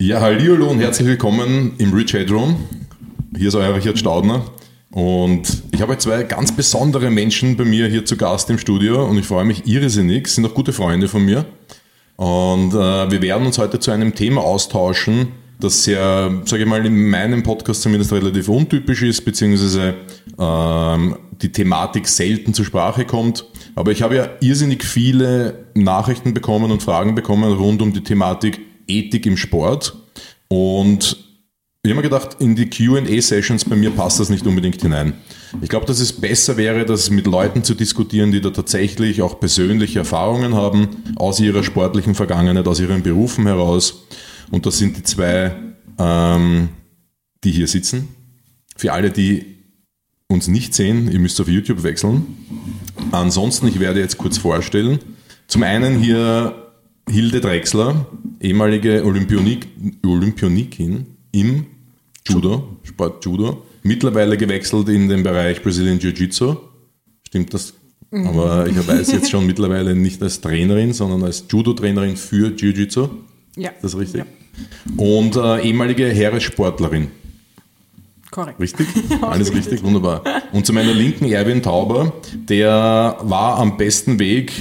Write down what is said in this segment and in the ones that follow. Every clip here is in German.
Ja, hallihallo und herzlich willkommen im Rich Headroom. Hier ist euer Richard Staudner und ich habe zwei ganz besondere Menschen bei mir hier zu Gast im Studio und ich freue mich irrsinnig, sind auch gute Freunde von mir und wir werden uns heute zu einem Thema austauschen, das sehr, sage ich mal, in meinem Podcast zumindest relativ untypisch ist, beziehungsweise die Thematik selten zur Sprache kommt. Aber ich habe ja irrsinnig viele Nachrichten bekommen und Fragen bekommen rund um die Thematik Ethik im Sport. Und ich habe mir gedacht, in die Q&A-Sessions bei mir passt das nicht unbedingt hinein. Ich glaube, dass es besser wäre, das mit Leuten zu diskutieren, die da tatsächlich auch persönliche Erfahrungen haben, aus ihrer sportlichen Vergangenheit, aus ihren Berufen heraus. Und das sind die zwei, die hier sitzen. Für alle, die uns nicht sehen, ihr müsst auf YouTube wechseln. Ansonsten, ich werde jetzt kurz vorstellen. Zum einen hier Hilde Drechsler, ehemalige Olympionikin im Judo, Sport Judo, mittlerweile gewechselt in den Bereich Brazilian Jiu-Jitsu. Stimmt das? Aber ich weiß jetzt schon mittlerweile nicht als Trainerin, sondern als Judo-Trainerin für Jiu-Jitsu. Ja. Das ist richtig? Ja. Und ehemalige Heeressportlerin. Korrekt. Richtig? Alles richtig, wunderbar. Und zu meiner Linken Erwin Tauber, der war am besten Weg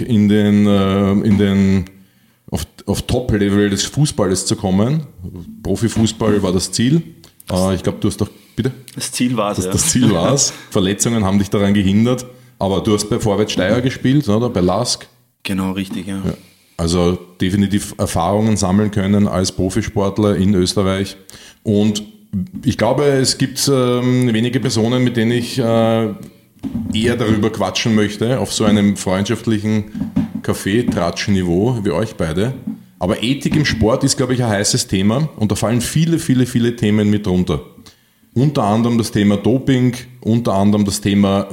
auf Top-Level des Fußballes zu kommen. Profifußball war das Ziel. Ich glaube, du hast doch, bitte? Das Ziel war es, ja. Das Ziel war es. Verletzungen haben dich daran gehindert. Aber du hast bei Vorwärts Steyr gespielt, oder? Bei LASK. Genau, richtig, ja. Also definitiv Erfahrungen sammeln können als Profisportler in Österreich. Und ich glaube, es gibt wenige Personen, mit denen ich eher darüber quatschen möchte, auf so einem freundschaftlichen Kaffee-Tratsch-Niveau wie euch beide. Aber Ethik im Sport ist, glaube ich, ein heißes Thema und da fallen viele, viele, viele Themen mit runter. Unter anderem das Thema Doping, unter anderem das Thema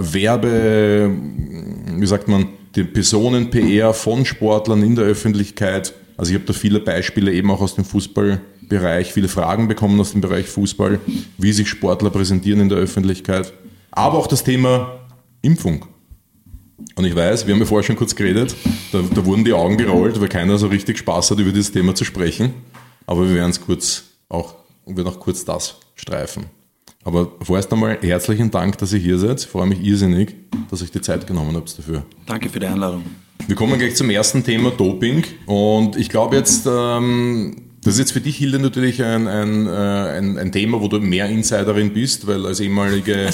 die Personen-PR von Sportlern in der Öffentlichkeit. Also ich habe da viele Beispiele eben auch aus dem Fußballbereich, viele Fragen bekommen aus dem Bereich Fußball, wie sich Sportler präsentieren in der Öffentlichkeit. Aber auch das Thema Impfung. Und ich weiß, wir haben ja vorher schon kurz geredet, da wurden die Augen gerollt, weil keiner so richtig Spaß hat, über dieses Thema zu sprechen. Aber wir werden auch kurz das streifen. Aber vorerst einmal herzlichen Dank, dass ihr hier seid. Ich freue mich irrsinnig, dass ihr euch die Zeit genommen habt dafür. Danke für die Einladung. Wir kommen gleich zum ersten Thema, Doping. Und ich glaube jetzt, das ist jetzt für dich, Hilde, natürlich ein Thema, wo du mehr Insiderin bist, weil als ehemalige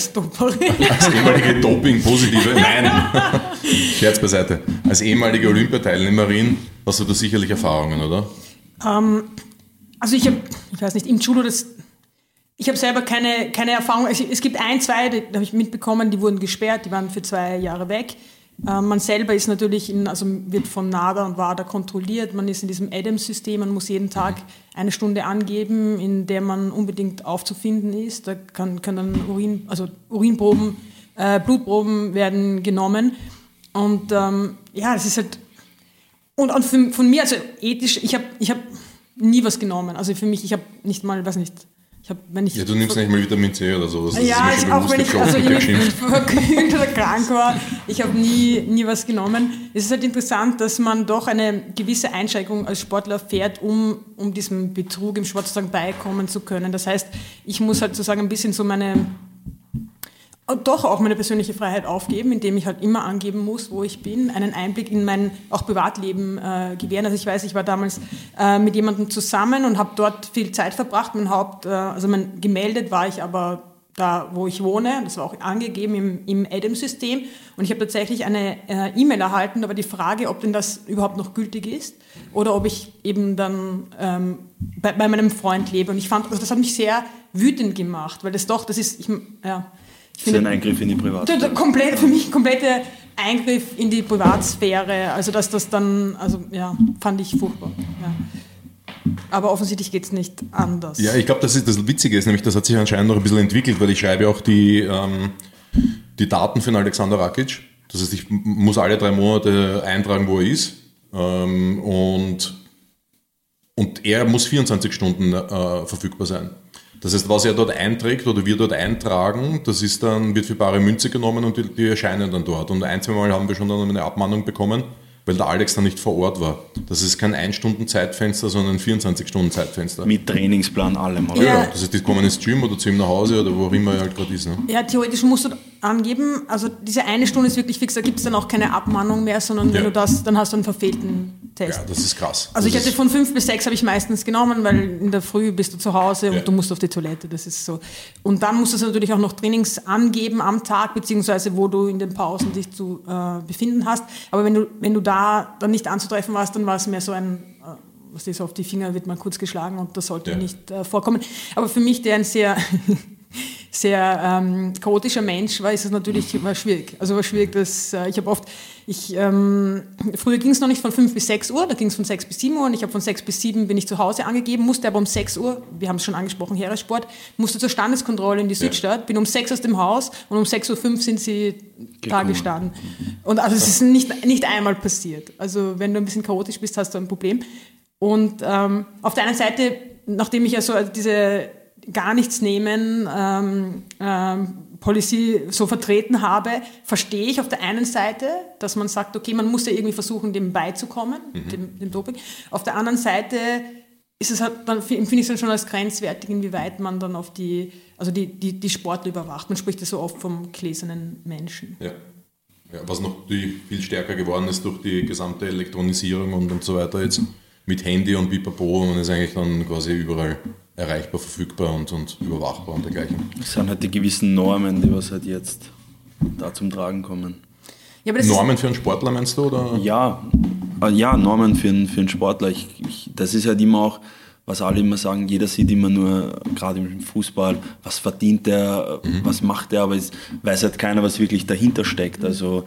Doping-Positive, nein, Scherz beiseite, als ehemalige Olympiateilnehmerin hast du da sicherlich Erfahrungen, oder? Also ich weiß nicht, im Judo, ich habe selber keine Erfahrung. Also es gibt zwei, die habe ich mitbekommen, die wurden gesperrt, die waren für 2 Jahre weg. Man selber ist natürlich wird von NADA und WADA kontrolliert. Man ist in diesem ADAMS-System, man muss jeden Tag 1 Stunde angeben, in der man unbedingt aufzufinden ist. Da kann dann Urinproben, Blutproben werden genommen. Und es ist halt. Und von mir, also ethisch, ich hab nie was genommen. Also für mich, ich habe nicht mal, weiß nicht. Du nimmst nicht mal Vitamin C oder so. Das ja, ist auch wenn ich verkühlt oder krank war, ich habe nie was genommen. Es ist halt interessant, dass man doch eine gewisse Einschränkung als Sportler fährt, um diesem Betrug im Sport sozusagen beikommen zu können. Das heißt, ich muss halt sozusagen ein bisschen so meine persönliche Freiheit aufgeben, indem ich halt immer angeben muss, wo ich bin, einen Einblick in mein auch Privatleben gewähren. Also ich weiß, ich war damals mit jemandem zusammen und habe dort viel Zeit verbracht. Gemeldet war ich aber da, wo ich wohne. Das war auch angegeben im ADAMS-System. Und ich habe tatsächlich eine E-Mail erhalten, aber die Frage, ob denn das überhaupt noch gültig ist oder ob ich eben dann bei meinem Freund lebe. Und ich fand, das hat mich sehr wütend gemacht, weil das ist ein Eingriff in die Privatsphäre. Für mich ein kompletter Eingriff in die Privatsphäre. Also dass das dann, fand ich furchtbar. Ja. Aber offensichtlich geht es nicht anders. Ja, ich glaube, das Witzige ist, nämlich das hat sich anscheinend noch ein bisschen entwickelt, weil ich schreibe auch die Daten für den Alexander Rakic. Das heißt, ich muss alle 3 Monate eintragen, wo er ist. Und er muss 24 Stunden verfügbar sein. Das heißt, was er dort einträgt oder wir dort eintragen, das ist dann, wird für bare Münze genommen und die erscheinen dann dort. Und 1-2 Mal haben wir schon dann eine Abmahnung bekommen, weil der Alex dann nicht vor Ort war. Das ist kein 1-Stunden-Zeitfenster, sondern ein 24-Stunden-Zeitfenster. Mit Trainingsplan, allem. Oder? Ja, das heißt, die kommen ins Gym oder zu ihm nach Hause oder wo auch immer er halt gerade ist. Ne? Ja, theoretisch musst du angeben, also diese eine Stunde ist wirklich fix, da gibt es dann auch keine Abmahnung mehr, sondern wenn du das, dann hast du einen verfehlten Test. Ja, das ist krass. Also ich hatte von 5 bis 6 habe ich meistens genommen, weil in der Früh bist du zu Hause und du musst auf die Toilette, das ist so. Und dann musst du natürlich auch noch Trainings angeben am Tag, beziehungsweise wo du in den Pausen dich zu befinden hast. Aber wenn du da dann nicht anzutreffen warst, dann war es mehr so ein, was ist, auf die Finger wird mal kurz geschlagen und das sollte nicht vorkommen. Aber für mich, der ein sehr chaotischer Mensch war, ist es natürlich schwierig. Also war schwierig, dass ich habe oft, früher ging es noch nicht von 5 bis 6 Uhr, da ging es von 6 bis 7 Uhr und ich habe von 6 bis 7 bin ich zu Hause angegeben, musste aber um 6 Uhr, wir haben es schon angesprochen, Heeressport, musste zur Standeskontrolle in die Südstadt, bin um 6 aus dem Haus und um 6.05 Uhr sind sie da gestanden. Und also es ist nicht einmal passiert. Also wenn du ein bisschen chaotisch bist, hast du ein Problem. Und auf der einen Seite, nachdem ich ja so diese gar nichts nehmen Policy so vertreten habe, verstehe ich auf der einen Seite, dass man sagt, okay, man muss ja irgendwie versuchen, dem beizukommen, dem Doping. Auf der anderen Seite ist es halt, dann empfinde ich es dann schon als grenzwertig, inwieweit man dann auf die Sportler überwacht. Man spricht ja so oft vom gläsernen Menschen. Ja. Ja, was noch viel stärker geworden ist durch die gesamte Elektronisierung und so weiter jetzt mit Handy und Pipapo, man ist eigentlich dann quasi überall erreichbar, verfügbar und überwachbar und dergleichen. Das sind halt die gewissen Normen, die was halt jetzt da zum Tragen kommen. Ja, Normen für einen Sportler meinst du? Oder? Ja, Normen für einen Sportler. Das ist halt immer auch, was alle immer sagen, jeder sieht immer nur, gerade im Fußball, was verdient der, was macht der, aber es weiß halt keiner, was wirklich dahinter steckt. Also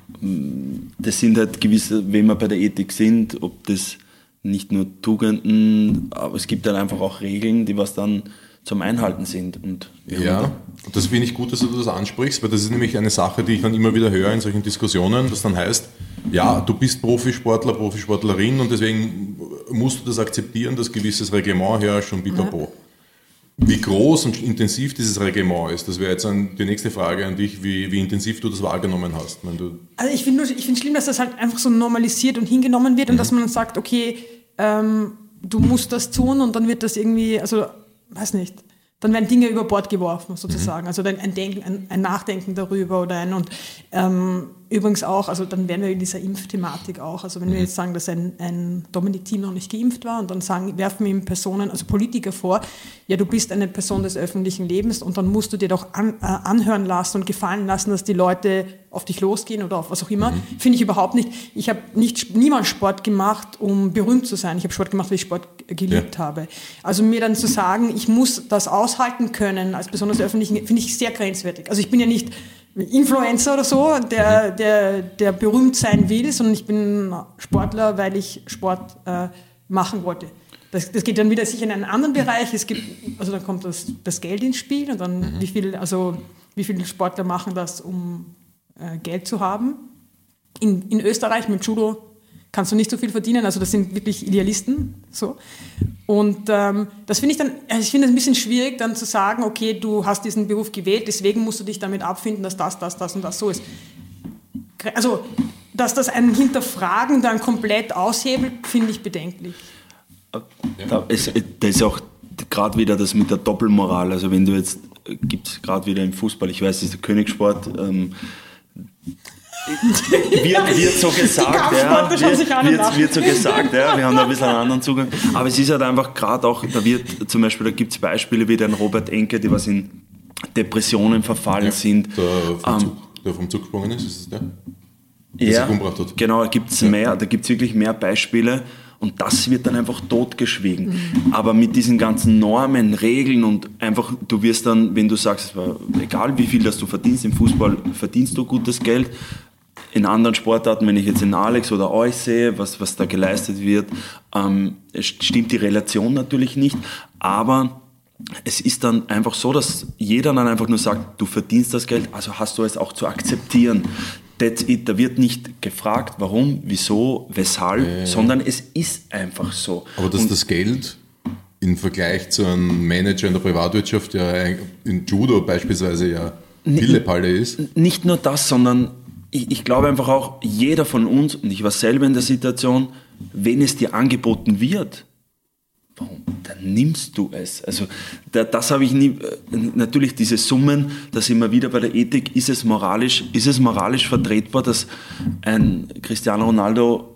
das sind halt gewisse, wenn wir bei der Ethik sind, ob das nicht nur Tugenden, aber es gibt dann einfach auch Regeln, die was dann zum Einhalten sind. Und das finde ich gut, dass du das ansprichst, weil das ist nämlich eine Sache, die ich dann immer wieder höre in solchen Diskussionen, das dann heißt, ja, du bist Profisportler, Profisportlerin und deswegen musst du das akzeptieren, dass gewisses Reglement herrscht und pipapo. Wie groß und intensiv dieses Reglement ist, das wäre jetzt die nächste Frage an dich, wie intensiv du das wahrgenommen hast. Also ich finde schlimm, dass das halt einfach so normalisiert und hingenommen wird und dass man sagt, okay, du musst das tun und dann wird das irgendwie, also weiß nicht, dann werden Dinge über Bord geworfen sozusagen, also ein Nachdenken darüber oder übrigens auch, also dann wären wir in dieser Impfthematik auch, also wenn wir jetzt sagen, dass ein Dominik Thiem noch nicht geimpft war und dann werfen ihm Personen, also Politiker vor, ja, du bist eine Person des öffentlichen Lebens und dann musst du dir doch anhören lassen und gefallen lassen, dass die Leute auf dich losgehen oder auf was auch immer, finde ich überhaupt nicht. Ich habe niemals Sport gemacht, um berühmt zu sein. Ich habe Sport gemacht, weil ich Sport geliebt habe. Also mir dann zu sagen, ich muss das aushalten können als Person des Öffentlichen, finde ich sehr grenzwertig. Also ich bin ja nicht Influencer oder so, der berühmt sein will, sondern ich bin Sportler, weil ich Sport machen wollte. Das geht dann wieder sicher in einen anderen Bereich. Also dann kommt das Geld ins Spiel und dann wie viele Sportler machen das, um Geld zu haben. In Österreich mit Judo kannst du nicht so viel verdienen, also das sind wirklich Idealisten. So. Und das finde ich dann, also ich finde es ein bisschen schwierig, dann zu sagen, okay, du hast diesen Beruf gewählt, deswegen musst du dich damit abfinden, dass das und das so ist. Also, dass das ein Hinterfragen dann komplett aushebelt, finde ich bedenklich. Da ist auch gerade wieder das mit der Doppelmoral, also wenn du jetzt, gibt es gerade wieder im Fußball, ich weiß, das ist der Königssport, wird so gesagt, wird so gesagt, ja, wir haben da ein bisschen einen anderen Zugang, aber es ist halt einfach gerade auch, da gibt es Beispiele wie den Robert Enke, die was in Depressionen verfallen sind. Der vom Zug gesprungen ist es der? Ja, genau, da gibt es wirklich mehr Beispiele und das wird dann einfach totgeschwiegen. Aber mit diesen ganzen Normen, Regeln und einfach, du wirst dann, wenn du sagst, egal wie viel das du verdienst, im Fußball verdienst du gutes Geld, in anderen Sportarten, wenn ich jetzt in Alex oder euch sehe, was da geleistet wird, stimmt die Relation natürlich nicht, aber es ist dann einfach so, dass jeder dann einfach nur sagt, du verdienst das Geld, also hast du es auch zu akzeptieren. That's it. Da wird nicht gefragt, warum, wieso, weshalb, sondern es ist einfach so. Aber dass das Geld im Vergleich zu einem Manager in der Privatwirtschaft ja in Judo beispielsweise ja Pillepalle ist? Nicht nur das, sondern ich glaube einfach auch, jeder von uns, und ich war selber in der Situation, wenn es dir angeboten wird, warum? Dann nimmst du es. Also das habe ich nie, natürlich diese Summen, da sind wir wieder bei der Ethik, ist es moralisch vertretbar, dass ein Cristiano Ronaldo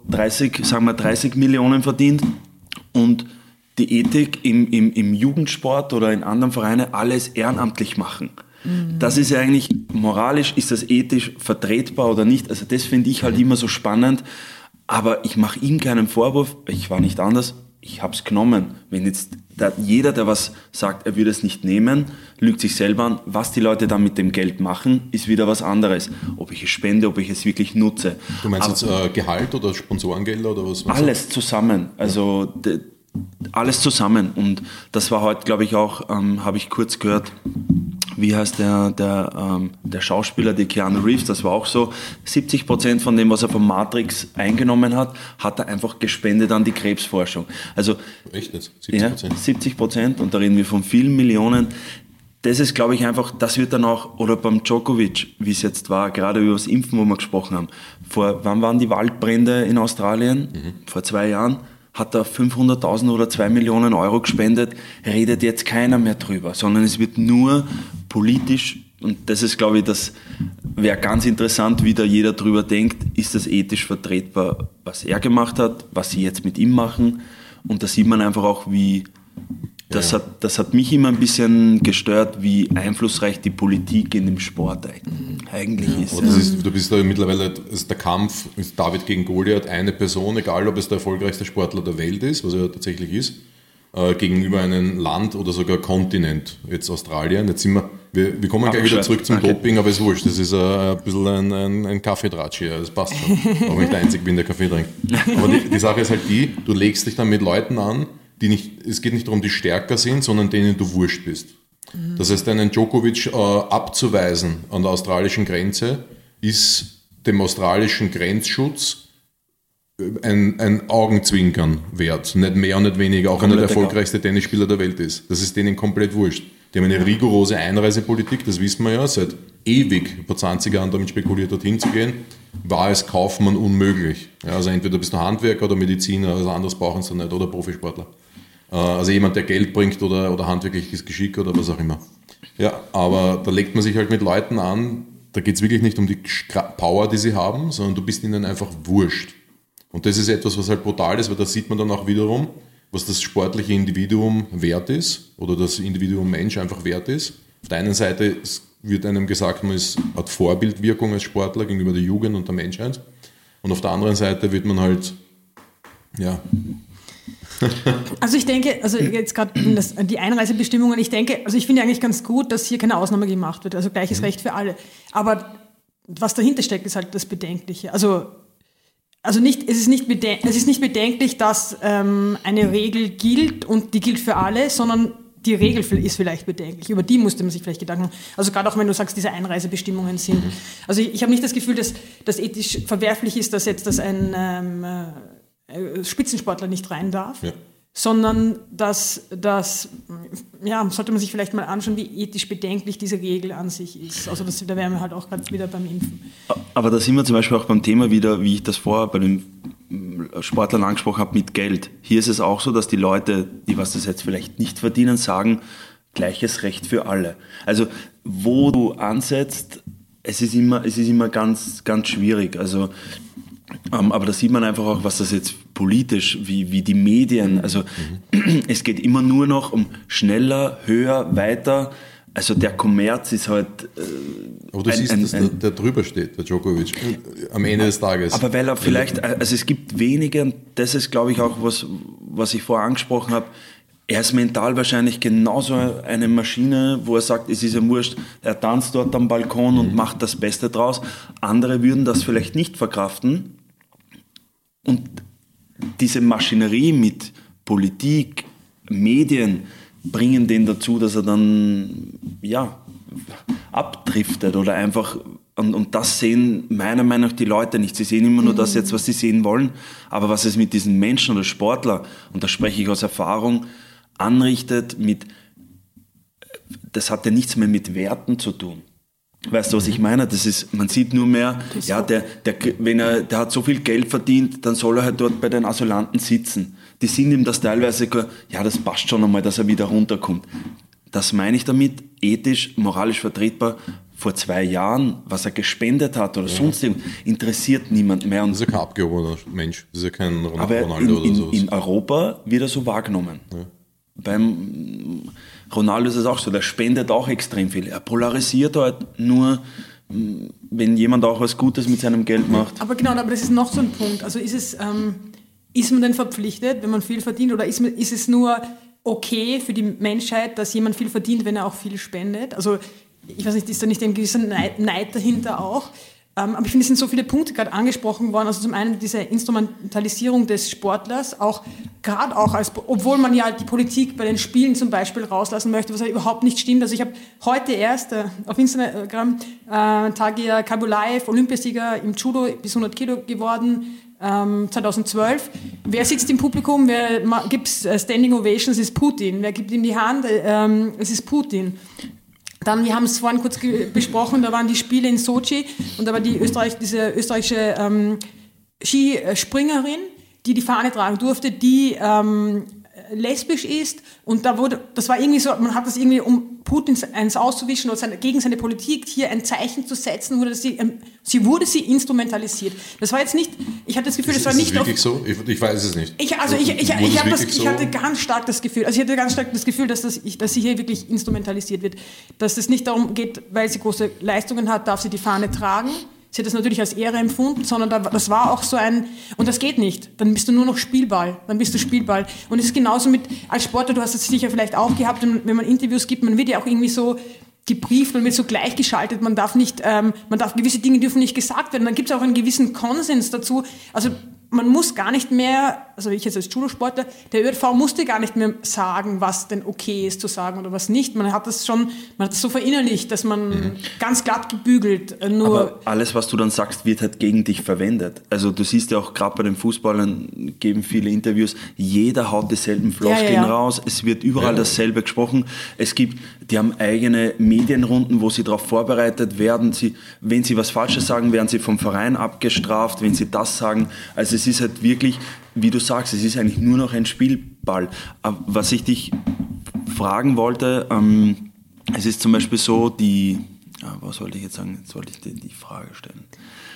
30 Millionen verdient und die Ethik im Jugendsport oder in anderen Vereinen alles ehrenamtlich machen. Das ist ja eigentlich, moralisch, ist das ethisch vertretbar oder nicht? Also das finde ich halt immer so spannend, aber ich mache ihm keinen Vorwurf, ich war nicht anders, ich habe es genommen. Wenn jetzt jeder, der was sagt, er würde es nicht nehmen, lügt sich selber an. Was die Leute dann mit dem Geld machen, ist wieder was anderes. Ob ich es spende, ob ich es wirklich nutze. Du meinst jetzt Gehalt oder Sponsorengelder oder was? Alles zusammen. Also alles zusammen. Und das war heute, glaube ich, auch, habe ich kurz gehört, wie heißt der Schauspieler, der Keanu Reeves, das war auch so, 70% von dem, was er von Matrix eingenommen hat, hat er einfach gespendet an die Krebsforschung. Also, echt jetzt? 70%? Ja, 70%, und da reden wir von vielen Millionen. Das ist, glaube ich, einfach, das wird dann auch, oder beim Djokovic, wie es jetzt war, gerade über das Impfen, wo wir gesprochen haben. Wann waren die Waldbrände in Australien? Vor 2 Jahren. Hat er 500.000 oder 2 Millionen Euro gespendet, redet jetzt keiner mehr drüber, sondern es wird nur politisch, und das ist, glaube ich, das wäre ganz interessant, wie da jeder drüber denkt, ist das ethisch vertretbar, was er gemacht hat, was sie jetzt mit ihm machen, und da sieht man einfach auch, wie das hat mich immer ein bisschen gestört, wie einflussreich die Politik in dem Sport eigentlich ist. Du bist da mittlerweile, der Kampf ist David gegen Goliath, eine Person, egal ob es der erfolgreichste Sportler der Welt ist, was er tatsächlich ist, gegenüber einem Land oder sogar Kontinent, jetzt Australien. Jetzt sind wir kommen gleich wieder zurück zum Doping, aber ist wurscht, das ist ein bisschen ein Kaffeetratsch hier, das passt schon, auch wenn ich der Einzige bin, der Kaffee trinkt. Aber die Sache ist halt du legst dich dann mit Leuten an, es geht nicht darum, die stärker sind, sondern denen du wurscht bist. Das heißt, einen Djokovic abzuweisen an der australischen Grenze ist dem australischen Grenzschutz ein Augenzwinkern wert. Nicht mehr und nicht weniger, auch wenn er der erfolgreichste Tennisspieler der Welt ist. Das ist denen komplett wurscht. Die haben eine rigorose Einreisepolitik, das wissen wir ja, seit ewig, vor 20 Jahren damit spekuliert, dorthin zu gehen, war als Kaufmann unmöglich. Ja, also entweder bist du Handwerker oder Mediziner, also anderes brauchen sie nicht, oder Profisportler. Also jemand, der Geld bringt oder handwerkliches Geschick oder was auch immer. Ja, aber da legt man sich halt mit Leuten an, da geht es wirklich nicht um die Power, die sie haben, sondern du bist ihnen einfach wurscht. Und das ist etwas, was halt brutal ist, weil da sieht man dann auch wiederum, was das sportliche Individuum wert ist oder das Individuum Mensch einfach wert ist. Auf der einen Seite wird einem gesagt, man hat Vorbildwirkung als Sportler gegenüber der Jugend und der Menschheit. Und auf der anderen Seite wird man halt, ja... Also ich denke, also jetzt gerade die Einreisebestimmungen, ich finde eigentlich ganz gut, dass hier keine Ausnahme gemacht wird, also gleiches Recht für alle. Aber was dahinter steckt, ist halt das Bedenkliche. Also es ist nicht bedenklich, dass eine Regel gilt und die gilt für alle, sondern die Regel ist vielleicht bedenklich. Über die musste man sich vielleicht Gedanken machen. Also gerade auch wenn du sagst, diese Einreisebestimmungen sind. Also ich habe nicht das Gefühl, dass das ethisch verwerflich ist, dass ein Spitzensportler nicht rein darf, sondern sollte man sich vielleicht mal anschauen, wie ethisch bedenklich diese Regel an sich ist. Also da wären wir halt auch gerade wieder beim Impfen. Aber da sind wir zum Beispiel auch beim Thema wieder, wie ich das vorher bei den Sportlern angesprochen habe, mit Geld. Hier ist es auch so, dass die Leute, die was das jetzt vielleicht nicht verdienen, sagen, gleiches Recht für alle. Also wo du ansetzt, es ist immer ganz, ganz schwierig. Also aber da sieht man einfach auch, was das jetzt politisch, wie die Medien, also es geht immer nur noch um schneller, höher, weiter. Also der Kommerz ist halt... aber du siehst, dass der drüber steht, der Djokovic, am Ende des Tages. Aber weil er vielleicht, also es gibt wenige, und das ist, glaube ich, auch was ich vorher angesprochen habe, er ist mental wahrscheinlich genauso eine Maschine, wo er sagt, es ist ja wurscht, er tanzt dort am Balkon und macht das Beste draus. Andere würden das vielleicht nicht verkraften. Und diese Maschinerie mit Politik, Medien bringen den dazu, dass er dann abdriftet oder einfach, und das sehen meiner Meinung nach die Leute nicht. Sie sehen immer nur das jetzt, was sie sehen wollen, aber was es mit diesen Menschen oder Sportler, und da spreche ich aus Erfahrung, anrichtet, das hat ja nichts mehr mit Werten zu tun. Weißt du, was ich meine? Das ist, man sieht nur mehr, ja, der hat so viel Geld verdient, dann soll er halt dort bei den Asylanten sitzen. Die sind ihm das teilweise, ja, das passt schon einmal, dass er wieder runterkommt. Das meine ich damit, ethisch, moralisch vertretbar. Vor 2 Jahren, was er gespendet hat oder sonst irgendwas, interessiert niemand mehr. Und das ist ja kein abgehobener Mensch, das ist ja kein Ronaldo oder so. In Europa wird er so wahrgenommen. Ja. Beim Ronaldo ist es auch so, der spendet auch extrem viel. Er polarisiert halt nur, wenn jemand auch was Gutes mit seinem Geld macht. Aber genau, aber das ist noch so ein Punkt. Also ist man denn verpflichtet, wenn man viel verdient, oder ist es nur okay für die Menschheit, dass jemand viel verdient, wenn er auch viel spendet? Also ich weiß nicht, ist da nicht ein gewisser Neid dahinter auch? Aber ich finde, es sind so viele Punkte gerade angesprochen worden. Also zum einen diese Instrumentalisierung des Sportlers, gerade auch obwohl man ja die Politik bei den Spielen zum Beispiel rauslassen möchte, was ja überhaupt nicht stimmt. Also ich habe heute erst auf Instagram Tagir Kabulaev, Olympiasieger im Judo, bis 100 Kilo geworden, 2012. Wer sitzt im Publikum? Wer gibt Standing Ovations? Es ist Putin. Wer gibt ihm die Hand? Es ist Putin. Dann, wir haben es vorhin kurz besprochen, da waren die Spiele in Sochi und da war diese österreichische Skispringerin, die Fahne tragen durfte, die lesbisch ist, und das war irgendwie so, man hat das irgendwie, um Putin eins auszuwischen oder gegen seine Politik hier ein Zeichen zu setzen, wurde sie instrumentalisiert. Das war jetzt nicht, ich hatte das Gefühl, das war nicht... Ist es wirklich so? Ich weiß es nicht. Ich hatte ganz stark das Gefühl, dass sie hier wirklich instrumentalisiert wird, dass es nicht darum geht, weil sie große Leistungen hat, darf sie die Fahne tragen. Sie hat das natürlich als Ehre empfunden, sondern das war auch so und das geht nicht. Dann bist du nur noch Spielball. Und es ist genauso als Sportler, du hast es sicher vielleicht auch gehabt, wenn man Interviews gibt, man wird ja auch irgendwie so gebrieft, man wird so gleichgeschaltet, gewisse Dinge dürfen nicht gesagt werden. Dann gibt es auch einen gewissen Konsens dazu. Also man muss gar nicht mehr, also ich jetzt als Judo-Sportler, der ÖRV musste gar nicht mehr sagen, was denn okay ist zu sagen oder was nicht. Man hat das so verinnerlicht, dass man ganz glatt gebügelt Aber alles, was du dann sagst, wird halt gegen dich verwendet. Also du siehst ja auch gerade bei den Fußballern, geben viele Interviews, jeder haut dieselben Floskeln raus, es wird überall dasselbe gesprochen. Die haben eigene Medienrunden, wo sie darauf vorbereitet werden. Wenn sie was Falsches sagen, werden sie vom Verein abgestraft, wenn sie das sagen. Also es ist halt wirklich, wie du sagst, es ist eigentlich nur noch ein Spielball. Aber was ich dich fragen wollte, es ist zum Beispiel so, was wollte ich jetzt sagen? Jetzt wollte ich dir die Frage stellen.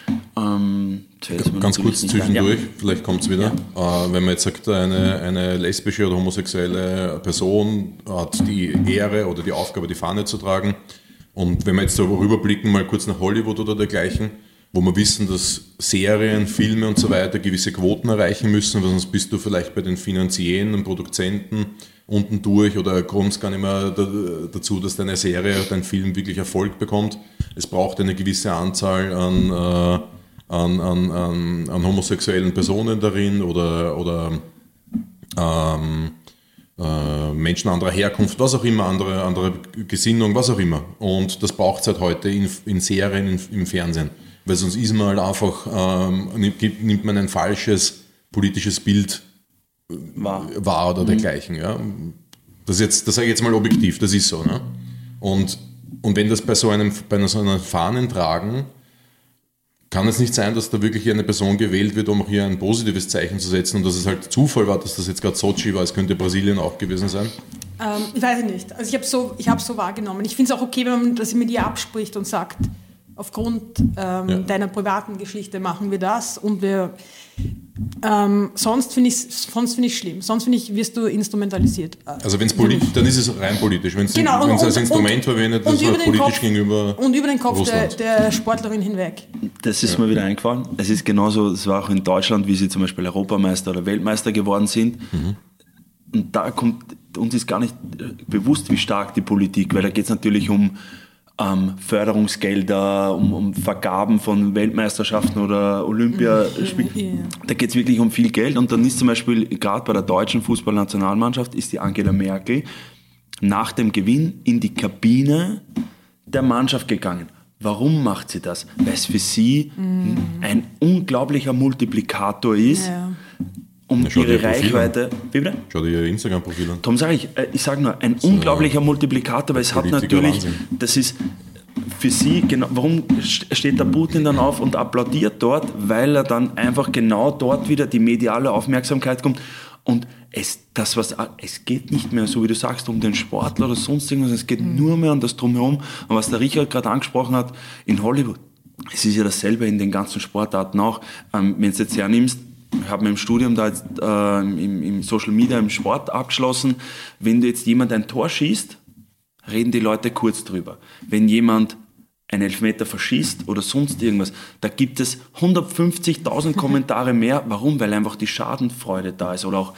Ganz kurz zwischendurch, vielleicht kommt es wieder. Ja. Wenn man jetzt sagt, eine lesbische oder homosexuelle Person hat die Ehre oder die Aufgabe, die Fahne zu tragen. Und wenn wir jetzt so rüberblicken, mal kurz nach Hollywood oder dergleichen, wo wir wissen, dass Serien, Filme und so weiter gewisse Quoten erreichen müssen, weil sonst bist du vielleicht bei den Finanzieren und Produzenten unten durch oder kommst gar nicht mehr dazu, dass deine Serie, dein Film wirklich Erfolg bekommt. Es braucht eine gewisse Anzahl an homosexuellen Personen darin oder Menschen anderer Herkunft, was auch immer, andere Gesinnung, was auch immer. Und das braucht es halt heute in Serien, im Fernsehen. Weil sonst ist man halt einfach, nimmt man ein falsches politisches Bild wahr oder dergleichen. Ja. Das sage ich jetzt mal objektiv, das ist so. Ne? Und wenn das bei so einem Fahnentragen, kann es nicht sein, dass da wirklich eine Person gewählt wird, um auch hier ein positives Zeichen zu setzen und dass es halt Zufall war, dass das jetzt gerade Sochi war, es könnte Brasilien auch gewesen sein? Ich weiß nicht. Also ich habe so wahrgenommen. Ich finde es auch okay, wenn man das mit ihr abspricht und sagt, aufgrund deiner privaten Geschichte machen wir das und sonst finde ich schlimm. Sonst wirst du instrumentalisiert. Also wenn es politisch, dann ist es rein politisch. Wenn es als Instrument verwendet, dann ist es politisch gegenüber und über den Kopf der Sportlerin hinweg. Das ist mir wieder eingefallen. Es ist genauso, das war auch in Deutschland, wie sie zum Beispiel Europameister oder Weltmeister geworden sind. Und da uns ist gar nicht bewusst, wie stark die Politik, weil da geht es natürlich um Förderungsgelder, um Vergaben von Weltmeisterschaften oder Olympiaspielen. Yeah. Da geht es wirklich um viel Geld. Und dann ist zum Beispiel, gerade bei der deutschen Fußballnationalmannschaft, ist die Angela Merkel nach dem Gewinn in die Kabine der Mannschaft gegangen. Warum macht sie das? Weil es für sie ein unglaublicher Multiplikator ist, um ihre Reichweite... Wie bitte? Schau dir ihr Instagram-Profil an. Darum sage ich sage nur, ein unglaublicher Multiplikator, weil es hat natürlich, das ist für sie, genau, warum steht der Putin dann auf und applaudiert dort? Weil er dann einfach genau dort wieder die mediale Aufmerksamkeit kommt. Und es geht nicht mehr, so wie du sagst, um den Sportler oder sonst irgendwas, es geht nur mehr um das Drumherum. Und was der Richard gerade angesprochen hat, in Hollywood, es ist ja dasselbe in den ganzen Sportarten auch. Wenn du es jetzt hernimmst, ich habe mir im Studium da jetzt, im Social Media, im Sport abgeschlossen, wenn du jetzt jemand ein Tor schießt, reden die Leute kurz drüber. Wenn jemand einen Elfmeter verschießt oder sonst irgendwas, da gibt es 150.000 Kommentare mehr. Warum? Weil einfach die Schadenfreude da ist. Oder auch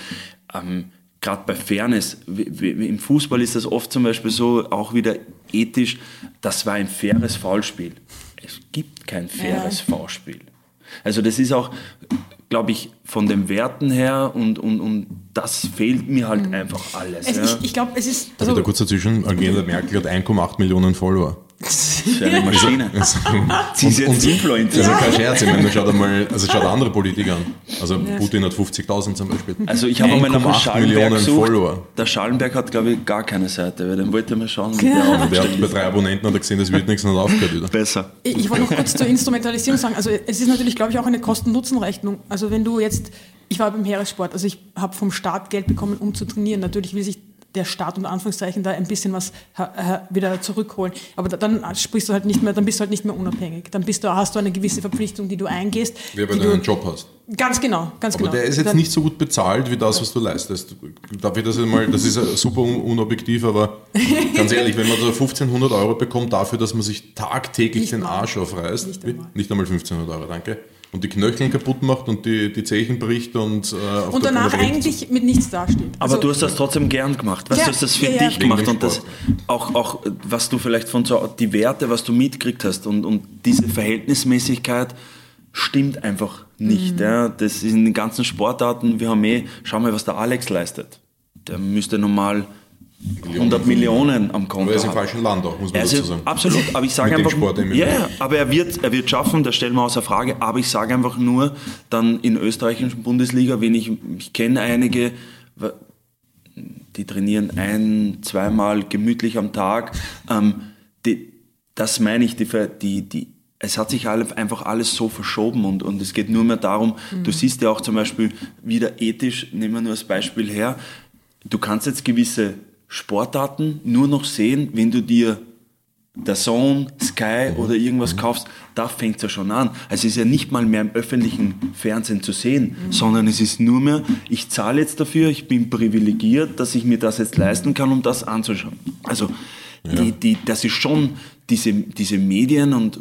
gerade bei Fairness, im Fußball ist das oft zum Beispiel so, auch wieder ethisch, das war ein faires Foulspiel. Es gibt kein faires Foulspiel. Also das ist auch, glaube ich, von den Werten her und das fehlt mir halt einfach alles. Ich glaube, es ist... Also, da kurz dazwischen, Angela Merkel hat 1,8 Millionen Follower. Das ist eine Maschine. Sie ist jetzt Influencer. Also kein Scherz, ich meine, schaut andere Politiker an. Also Putin hat 50.000 zum Beispiel. Also ich habe mal nach dem Schallenberg gesucht. Follower. Der Schallenberg hat, glaube ich, gar keine Seite, weil dann wollte ich mal schauen, wie der hat bei 3 Abonnenten hat er gesehen, das wird nichts und hat aufgehört wieder. Besser. Ich wollte noch kurz zur Instrumentalisierung sagen. Also es ist natürlich, glaube ich, auch eine Kosten-Nutzen-Rechnung. Also wenn du jetzt, ich war beim Heeressport, also ich habe vom Staat Geld bekommen, um zu trainieren. Natürlich will sich der Staat unter Anführungszeichen da ein bisschen was wieder zurückholen. Aber dann sprichst du halt nicht mehr, dann bist du halt nicht mehr unabhängig. Dann hast du eine gewisse Verpflichtung, die du eingehst. Wie wenn du einen Job hast. Ganz genau. Aber der ist jetzt nicht so gut bezahlt wie das, was du leistest. Dafür, das ist super unobjektiv, aber ganz ehrlich, wenn man so 1.500 Euro bekommt dafür, dass man sich tagtäglich den Arsch aufreißt, nicht einmal 1.500 Euro, danke, und die Knöcheln kaputt macht und die Zechen bricht und danach eigentlich mit nichts dasteht. Aber du hast das trotzdem gern gemacht. Weißt du, hast das für dich gemacht und das auch was du vielleicht von so, die Werte, was du mitgekriegt hast und diese Verhältnismäßigkeit stimmt einfach nicht. Ja. Das ist in den ganzen Sportarten, wir haben schau mal, was der Alex leistet. Der müsste normal 100 Millionen am Konto haben. Aber er ist im falschen Land auch, muss man dazu sagen. Absolut, aber ich sage einfach, aber er wird schaffen, das stellen wir außer Frage, aber ich sage einfach nur, dann in der österreichischen Bundesliga, ich kenne einige, die trainieren 1-2 Mal gemütlich am Tag, das meine ich, es hat sich einfach alles so verschoben und es geht nur mehr darum, du siehst ja auch zum Beispiel wieder ethisch, nehmen wir nur als Beispiel her, du kannst jetzt gewisse Sportarten nur noch sehen, wenn du dir DAZN, Sky oder irgendwas kaufst, da fängt es ja schon an. Also es ist ja nicht mal mehr im öffentlichen Fernsehen zu sehen, sondern es ist nur mehr, ich zahle jetzt dafür, ich bin privilegiert, dass ich mir das jetzt leisten kann, um das anzuschauen. Also das ist schon diese Medien und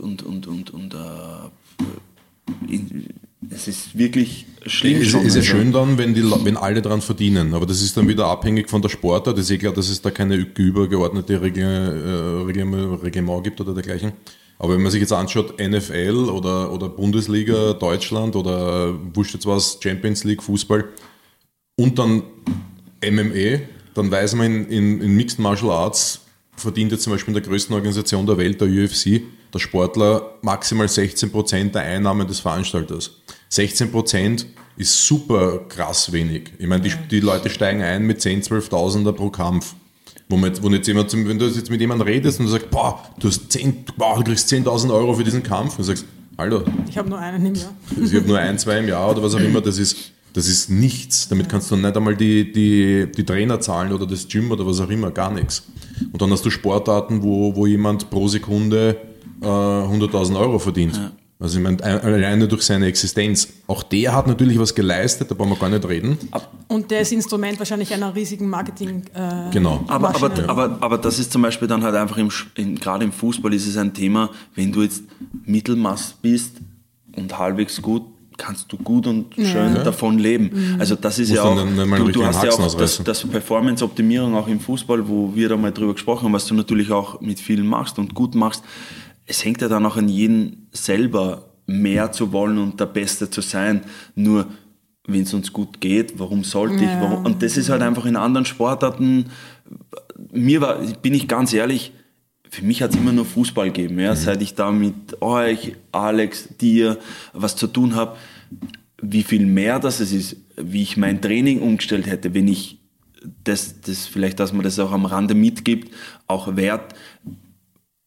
es ist wirklich schlimm. Es ist ja schön dann, wenn alle daran verdienen, aber das ist dann wieder abhängig von der Sportart. Das ist klar, dass es da keine übergeordnete Reglement gibt oder dergleichen. Aber wenn man sich jetzt anschaut, NFL oder Bundesliga, Deutschland oder wurscht jetzt was, Champions League, Fußball und dann MMA, dann weiß man in Mixed Martial Arts verdient jetzt zum Beispiel in der größten Organisation der Welt, der UFC, der Sportler maximal 16% der Einnahmen des Veranstalters. 16% ist super krass wenig. Ich meine, die Leute steigen ein mit 10.000, 12.000 pro Kampf. Wenn du jetzt mit jemandem redest und du sagst, du kriegst 10.000 Euro für diesen Kampf, und du sagst, hallo. Ich habe nur einen im Jahr. Ich habe nur 1, 2 im Jahr oder was auch immer, das ist nichts. Damit kannst du nicht einmal die Trainer zahlen oder das Gym oder was auch immer, gar nichts. Und dann hast du Sportarten, wo jemand pro Sekunde 100.000 Euro verdient. Ja. Also ich meine, alleine durch seine Existenz. Auch der hat natürlich was geleistet, da brauchen wir gar nicht reden. Und der ist Instrument wahrscheinlich einer riesigen Marketing. Genau. Aber das ist zum Beispiel dann halt einfach, gerade im Fußball ist es ein Thema, wenn du jetzt Mittelmaß bist und halbwegs gut, kannst du gut und schön davon leben. Also das ist ja auch, du hast ja auch das Performance-Optimierung auch im Fußball, wo wir da mal drüber gesprochen haben, was du natürlich auch mit vielen machst und gut machst. Es hängt ja dann auch an jedem selber, mehr zu wollen und der Beste zu sein. Nur, wenn es uns gut geht, warum sollte ich? Warum? Und das ist halt einfach in anderen Sportarten, bin ich ganz ehrlich, für mich hat es immer nur Fußball gegeben. Ja? Seit ich da mit euch, Alex, dir was zu tun habe, wie viel mehr das ist, wie ich mein Training umgestellt hätte, wenn ich das vielleicht, dass man das auch am Rande mitgibt, auch Wert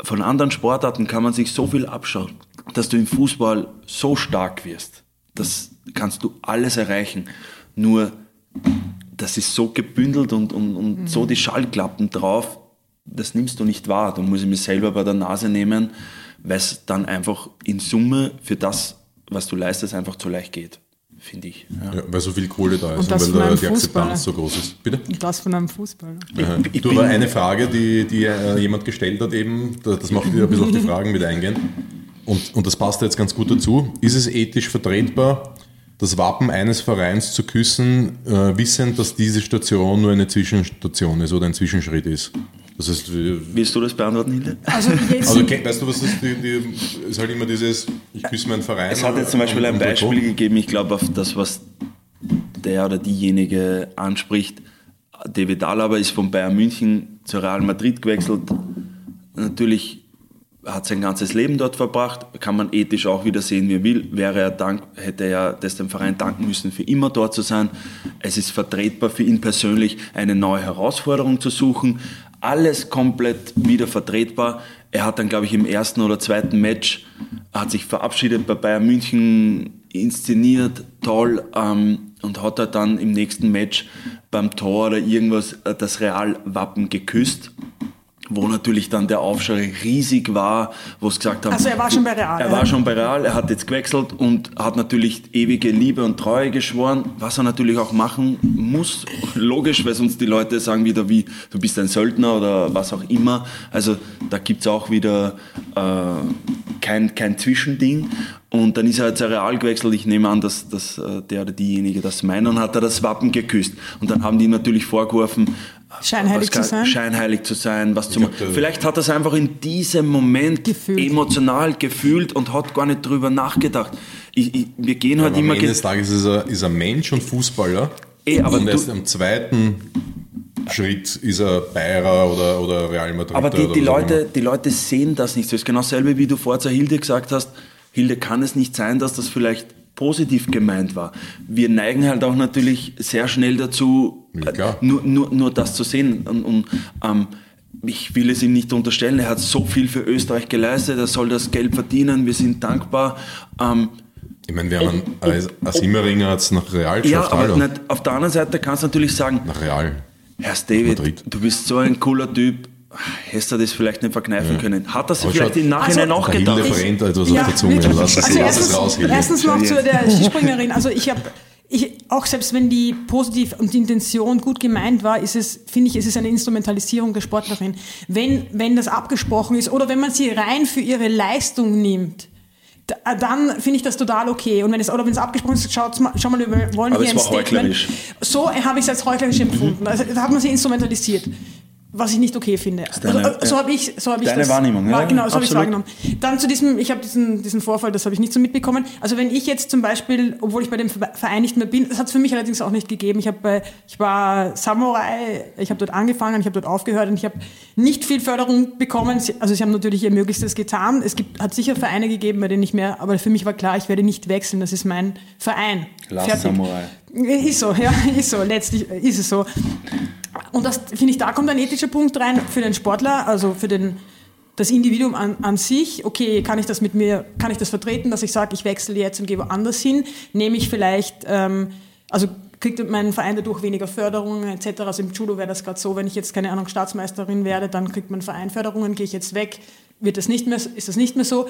von anderen Sportarten kann man sich so viel abschauen, dass du im Fußball so stark wirst. Das kannst du alles erreichen. Nur, das ist so gebündelt und so die Schallklappen drauf, das nimmst du nicht wahr. Da muss ich mich selber bei der Nase nehmen, weil es dann einfach in Summe für das, was du leistest, einfach zu leicht geht, finde ich. Ja. Ja, weil so viel Kohle da ist und weil die Akzeptanz so groß ist. Bitte? Und das von einem Fußballer. Du, aber eine Frage, die jemand gestellt hat eben, das macht wieder ein bisschen auf die Fragen mit eingehen. Und das passt jetzt ganz gut dazu. Ist es ethisch vertretbar, das Wappen eines Vereins zu küssen, wissend, dass diese Station nur eine Zwischenstation ist oder ein Zwischenschritt ist? Das heißt, willst du das beantworten, Hilde? Also weißt du, was ist ist halt immer dieses, ich küsse meinen Verein. Es hat jetzt zum Beispiel ein Beispiel gegeben, ich glaube auf das, was der oder diejenige anspricht. David Alaba ist von Bayern München zu Real Madrid gewechselt. Natürlich hat sein ganzes Leben dort verbracht, kann man ethisch auch wieder sehen, wie er will. Hätte er das dem Verein danken müssen, für immer dort zu sein. Es ist vertretbar für ihn persönlich, eine neue Herausforderung zu suchen. Alles komplett wieder vertretbar. Er hat dann, glaube ich, im ersten oder zweiten Match, hat sich verabschiedet bei Bayern München, inszeniert, toll, und hat er dann im nächsten Match beim Tor oder irgendwas das Real-Wappen geküsst, wo natürlich dann der Aufschrei riesig war, wo es gesagt haben... Also er war schon bei Real. Er war schon bei Real, er hat jetzt gewechselt und hat natürlich ewige Liebe und Treue geschworen, was er natürlich auch machen muss. Logisch, weil sonst die Leute sagen wieder, wie du bist ein Söldner oder was auch immer. Also da gibt es auch wieder kein Zwischending. Und dann ist er zu Real gewechselt. Ich nehme an, dass der oder diejenige das meint, und hat er das Wappen geküsst. Und dann haben die natürlich vorgeworfen, scheinheilig zu sein, was zu machen. Vielleicht hat er es einfach in diesem Moment emotional gefühlt und hat gar nicht drüber nachgedacht. Wir gehen halt immer... Am Ende des Tages ist er Mensch und Fußballer. Aber und erst im zweiten Schritt ist er Bayer oder Real Madrid. Aber die Leute sehen das nicht so. Das ist genau dasselbe, wie du vorher zu Hilde gesagt hast. Hilde, kann es nicht sein, dass das vielleicht positiv gemeint war? Wir neigen halt auch natürlich sehr schnell dazu, nur das zu sehen. Und ich will es ihm nicht unterstellen, er hat so viel für Österreich geleistet, er soll das Geld verdienen, wir sind dankbar. Ich meine, wir haben Simmeringer hat es nach Real geschafft. Ja, aber nicht, auf der anderen Seite kannst du natürlich sagen, nach Real. Herr David, Madrid. Du bist so ein cooler Typ, hättest du das vielleicht nicht verkneifen können? Hat er sich vielleicht im Nachhinein auch gedacht? Hilde brennt etwas auf der Zunge. Lass es raus, Hilde. Erstens noch zu der Skispringerin. Also auch selbst wenn die positiv und die Intention gut gemeint war, finde ich, es ist eine Instrumentalisierung der Sportlerin. Wenn das abgesprochen ist oder wenn man sie rein für ihre Leistung nimmt, dann finde ich das total okay. Und wenn es abgesprochen ist, schau mal, wir wollen aber hier ein Statement. So habe ich es als heuchlerisch empfunden. Also da hat man sie instrumentalisiert. Was ich nicht okay finde. So habe ich deine Wahrnehmung, ja? Genau, so habe ich es wahrgenommen. Dann zu ich habe diesen Vorfall, das habe ich nicht so mitbekommen. Also wenn ich jetzt zum Beispiel, obwohl ich bei dem Verein nicht mehr bin, das hat es für mich allerdings auch nicht gegeben. Ich war Samurai, ich habe dort angefangen, ich habe dort aufgehört und ich habe nicht viel Förderung bekommen. Also sie haben natürlich ihr Möglichstes getan. Hat sicher Vereine gegeben, bei denen nicht mehr, aber für mich war klar, ich werde nicht wechseln, das ist mein Verein. Last Samurai. Ist so, ja, ist so, letztlich ist es so. Und das, finde ich, da kommt ein ethischer Punkt rein für den Sportler, also für das Individuum an sich. Okay, kann ich das vertreten, dass ich sage, ich wechsle jetzt und gehe woanders hin? Nehme ich vielleicht, kriegt mein Verein dadurch weniger Förderungen etc. Also im Judo wäre das gerade so, wenn ich jetzt, keine Ahnung, Staatsmeisterin werde, dann kriegt mein Verein Förderungen, gehe ich jetzt weg, ist das nicht mehr so.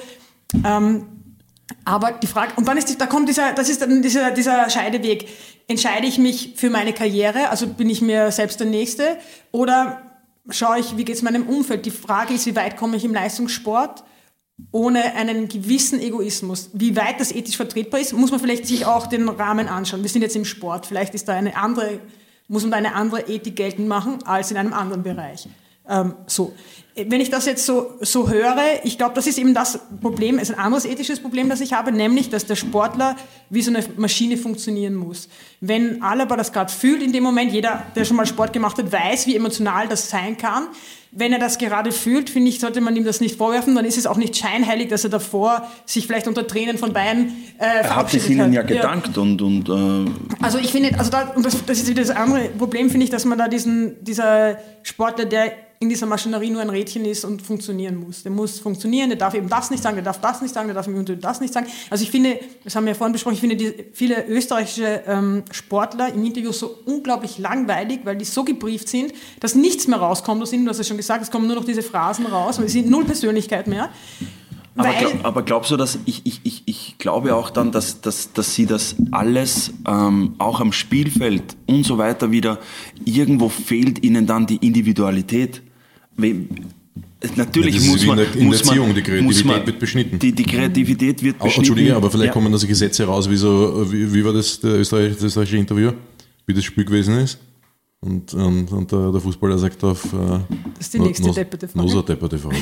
Aber die Frage, und dann das ist dann dieser Scheideweg. Entscheide ich mich für meine Karriere, also bin ich mir selbst der Nächste, oder schaue ich, wie geht es meinem Umfeld? Die Frage ist, wie weit komme ich im Leistungssport ohne einen gewissen Egoismus? Wie weit das ethisch vertretbar ist, muss man vielleicht sich auch den Rahmen anschauen. Wir sind jetzt im Sport, vielleicht ist muss man da eine andere Ethik geltend machen als in einem anderen Bereich. So. Wenn ich das jetzt so höre, ich glaube, das ist eben das Problem, ist ein anderes ethisches Problem, das ich habe, nämlich, dass der Sportler wie so eine Maschine funktionieren muss. Wenn Alaba das gerade fühlt in dem Moment, jeder, der schon mal Sport gemacht hat, weiß, wie emotional das sein kann. Wenn er das gerade fühlt, finde ich, sollte man ihm das nicht vorwerfen, dann ist es auch nicht scheinheilig, dass er davor sich vielleicht unter Tränen von Beinen verabschiedet hat. Er hat es ihnen ja gedankt und Also ich finde, das ist wieder das andere Problem, finde ich, dass man da dieser Sportler, der in dieser Maschinerie nur ein Rädchen Rädchen ist und funktionieren muss. Der muss funktionieren, der darf eben das nicht sagen, der darf das nicht sagen, der darf eben das nicht sagen. Also ich finde, das haben wir ja vorhin besprochen, ich finde viele österreichische Sportler im Interview so unglaublich langweilig, weil die so gebrieft sind, dass nichts mehr rauskommt aus ihnen. Du hast ja schon gesagt, es kommen nur noch diese Phrasen raus, weil es sind null Persönlichkeit mehr. Aber glaubst du, dass ich glaube auch dann, dass sie das alles auch am Spielfeld und so weiter wieder, irgendwo fehlt ihnen dann die Individualität. Natürlich ja, in der Erziehung, die Kreativität wird beschnitten. Die Kreativität wird beschnitten. Entschuldige, aber vielleicht kommen da so Gesetze raus, wie war das österreichische Interview, wie das Spiel gewesen ist? Und der Fußballer sagt auf das ist die nächste depperte Frage. Nosa depperte Frage.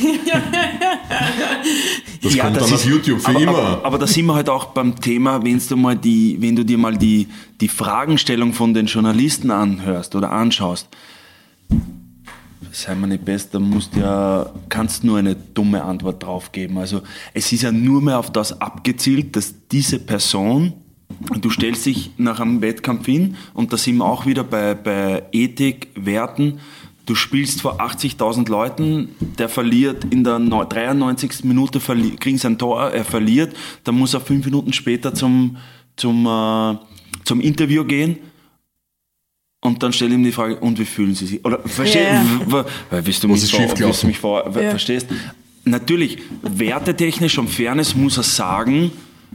Das kommt dann auf YouTube für immer. Aber da sind wir halt auch beim Thema, wenn du dir mal die Fragestellung von den Journalisten anhörst oder anschaust, sei mir nicht best, da kannst nur eine dumme Antwort drauf geben. Also es ist ja nur mehr auf das abgezielt, dass diese Person, du stellst dich nach einem Wettkampf hin und da sind wir auch wieder bei Ethik, Werten. Du spielst vor 80.000 Leuten, der verliert in der 93. Minute, kriegt sein Tor, er verliert, dann muss er 5 Minuten später zum Interview gehen und dann stell ihm die Frage, und wie fühlen Sie sich? Oder willst du mich verstehst? Natürlich, wertetechnisch und Fairness muss er sagen,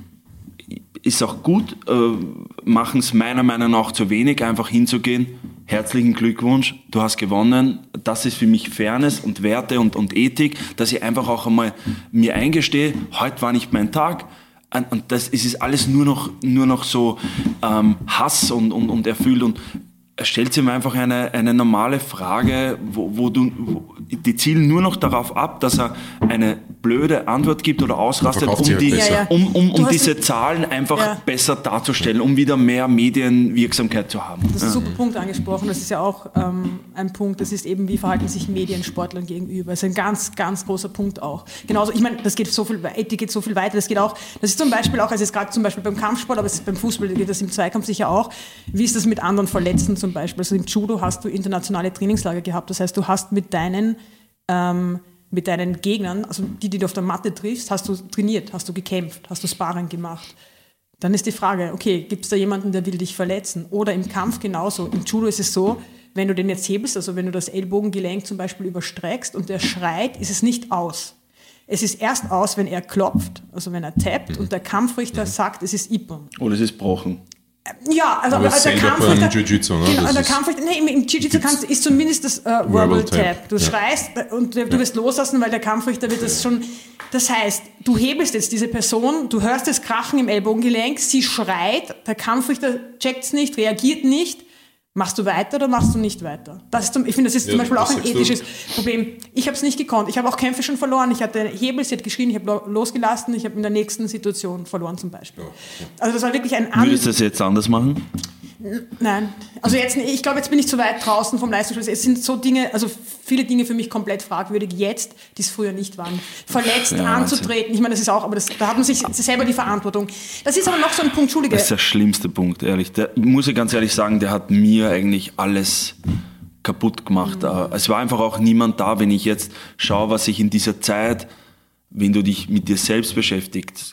ist auch gut, machen es meiner Meinung nach zu wenig, einfach hinzugehen, herzlichen Glückwunsch, du hast gewonnen, das ist für mich Fairness und Werte und Ethik, dass ich einfach auch einmal mir eingestehe, heute war nicht mein Tag und das ist alles nur noch so Hass und erfüllt und er stellt sich mir einfach eine normale Frage, wo die zielen nur noch darauf ab, dass er eine blöde Antwort gibt oder ausrastet, um diese Zahlen einfach besser darzustellen, um wieder mehr Medienwirksamkeit zu haben. Das ist ein super Punkt angesprochen. Das ist ja auch ein Punkt, das ist eben, wie verhalten sich Medien Sportlern gegenüber. Das ist ein ganz, ganz großer Punkt auch. Genauso, ich meine, Ethik geht so viel weiter. Das ist zum Beispiel auch, also es ist gerade zum Beispiel beim Kampfsport, aber es ist beim Fußball geht das im Zweikampf sicher auch. Wie ist das mit anderen Verletzten zum Beispiel? Also im Judo hast du internationale Trainingslager gehabt. Das heißt, du hast mit deinen Gegnern, also die du auf der Matte triffst, hast du trainiert, hast du gekämpft, hast du Sparring gemacht. Dann ist die Frage, okay, gibt es da jemanden, der will dich verletzen? Oder im Kampf genauso. Im Judo ist es so, wenn du den jetzt hebelst, also wenn du das Ellbogengelenk zum Beispiel überstreckst und der schreit, ist es nicht aus. Es ist erst aus, wenn er klopft, also wenn er tappt und der Kampfrichter sagt, es ist Ippon. Oder es ist Brochen. Ja, also aber der Kampfrichter, Jiu-Jitsu, ne? Genau, der Kampfrichter, im Jiu-Jitsu ist zumindest das Verbal Tap. Du schreist und du wirst loslassen, weil der Kampfrichter wird das schon. Das heißt, du hebelst jetzt diese Person, du hörst das Krachen im Ellbogengelenk, sie schreit, der Kampfrichter checkt es nicht, reagiert nicht. Machst du weiter oder machst du nicht weiter? Ich finde, das ist zum Beispiel auch ein ethisches Problem. Ich habe es nicht gekonnt. Ich habe auch Kämpfe schon verloren. Ich hatte Hebel, sie hat geschrien, ich habe losgelassen, ich habe in der nächsten Situation verloren zum Beispiel. Also das war wirklich ein Würdest du das jetzt anders machen? Nein. Also ich glaube, jetzt bin ich zu weit draußen vom Leistungssport. Es sind so Dinge, also viele Dinge für mich komplett fragwürdig jetzt, die es früher nicht waren. Verletzt anzutreten, ich meine, das ist auch, aber da hat man sich selber die Verantwortung. Das ist aber noch so ein Punkt, Entschuldige. Das ist der schlimmste Punkt, ehrlich. Muss ich ganz ehrlich sagen, der hat mir eigentlich alles kaputt gemacht. Es war einfach auch niemand da, wenn ich jetzt schaue, was ich in dieser Zeit, wenn du dich mit dir selbst beschäftigst,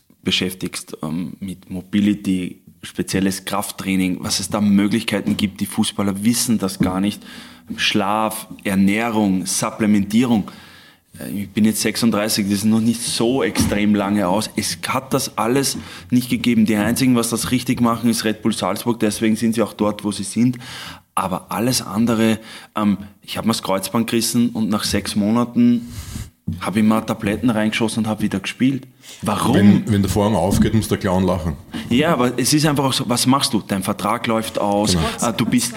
mit Mobility, spezielles Krafttraining, was es da Möglichkeiten gibt, die Fußballer wissen das gar nicht. Schlaf, Ernährung, Supplementierung. Ich bin jetzt 36, das ist noch nicht so extrem lange aus. Es hat das alles nicht gegeben. Die einzigen, was das richtig machen, ist Red Bull Salzburg, deswegen sind sie auch dort, wo sie sind. Aber alles andere, ich habe mir das Kreuzband gerissen und nach 6 Monaten habe ich mal Tabletten reingeschossen und habe wieder gespielt. Warum? Wenn der Vorhang aufgeht, muss der Clown lachen. Ja, aber es ist einfach auch so, was machst du? Dein Vertrag läuft aus, genau.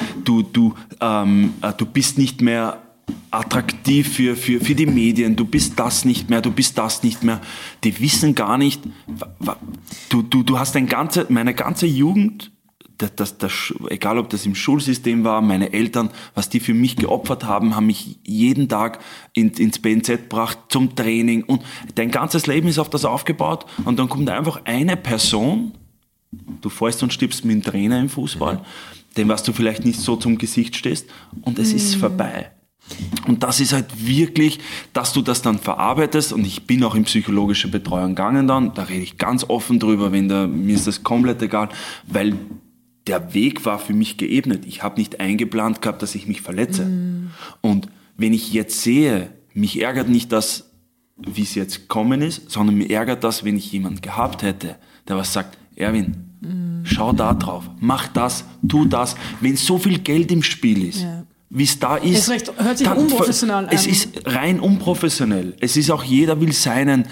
Du bist nicht mehr attraktiv für die Medien, du bist das nicht mehr. Die wissen gar nicht, du hast meine ganze Jugend, egal ob das im Schulsystem war, meine Eltern, was die für mich geopfert haben mich jeden Tag ins BNZ gebracht zum Training und dein ganzes Leben ist auf das aufgebaut und dann kommt einfach eine Person, du fällst und stirbst mit dem Trainer im Fußball, dem was du vielleicht nicht so zum Gesicht stehst und es ist vorbei. Und das ist halt wirklich, dass du das dann verarbeitest, und ich bin auch in psychologische Betreuung gegangen dann, da rede ich ganz offen drüber, mir ist das komplett egal, weil der Weg war für mich geebnet. Ich habe nicht eingeplant gehabt, dass ich mich verletze. Und wenn ich jetzt sehe, mich ärgert nicht das, wie es jetzt gekommen ist, sondern mir ärgert das, wenn ich jemanden gehabt hätte, der was sagt, Erwin, schau da drauf, mach das, tu das, wenn so viel Geld im Spiel ist. Ja. Wie es da ist. Hört sich unprofessionell an. Es ist rein unprofessionell. Es ist auch, jeder will seinen.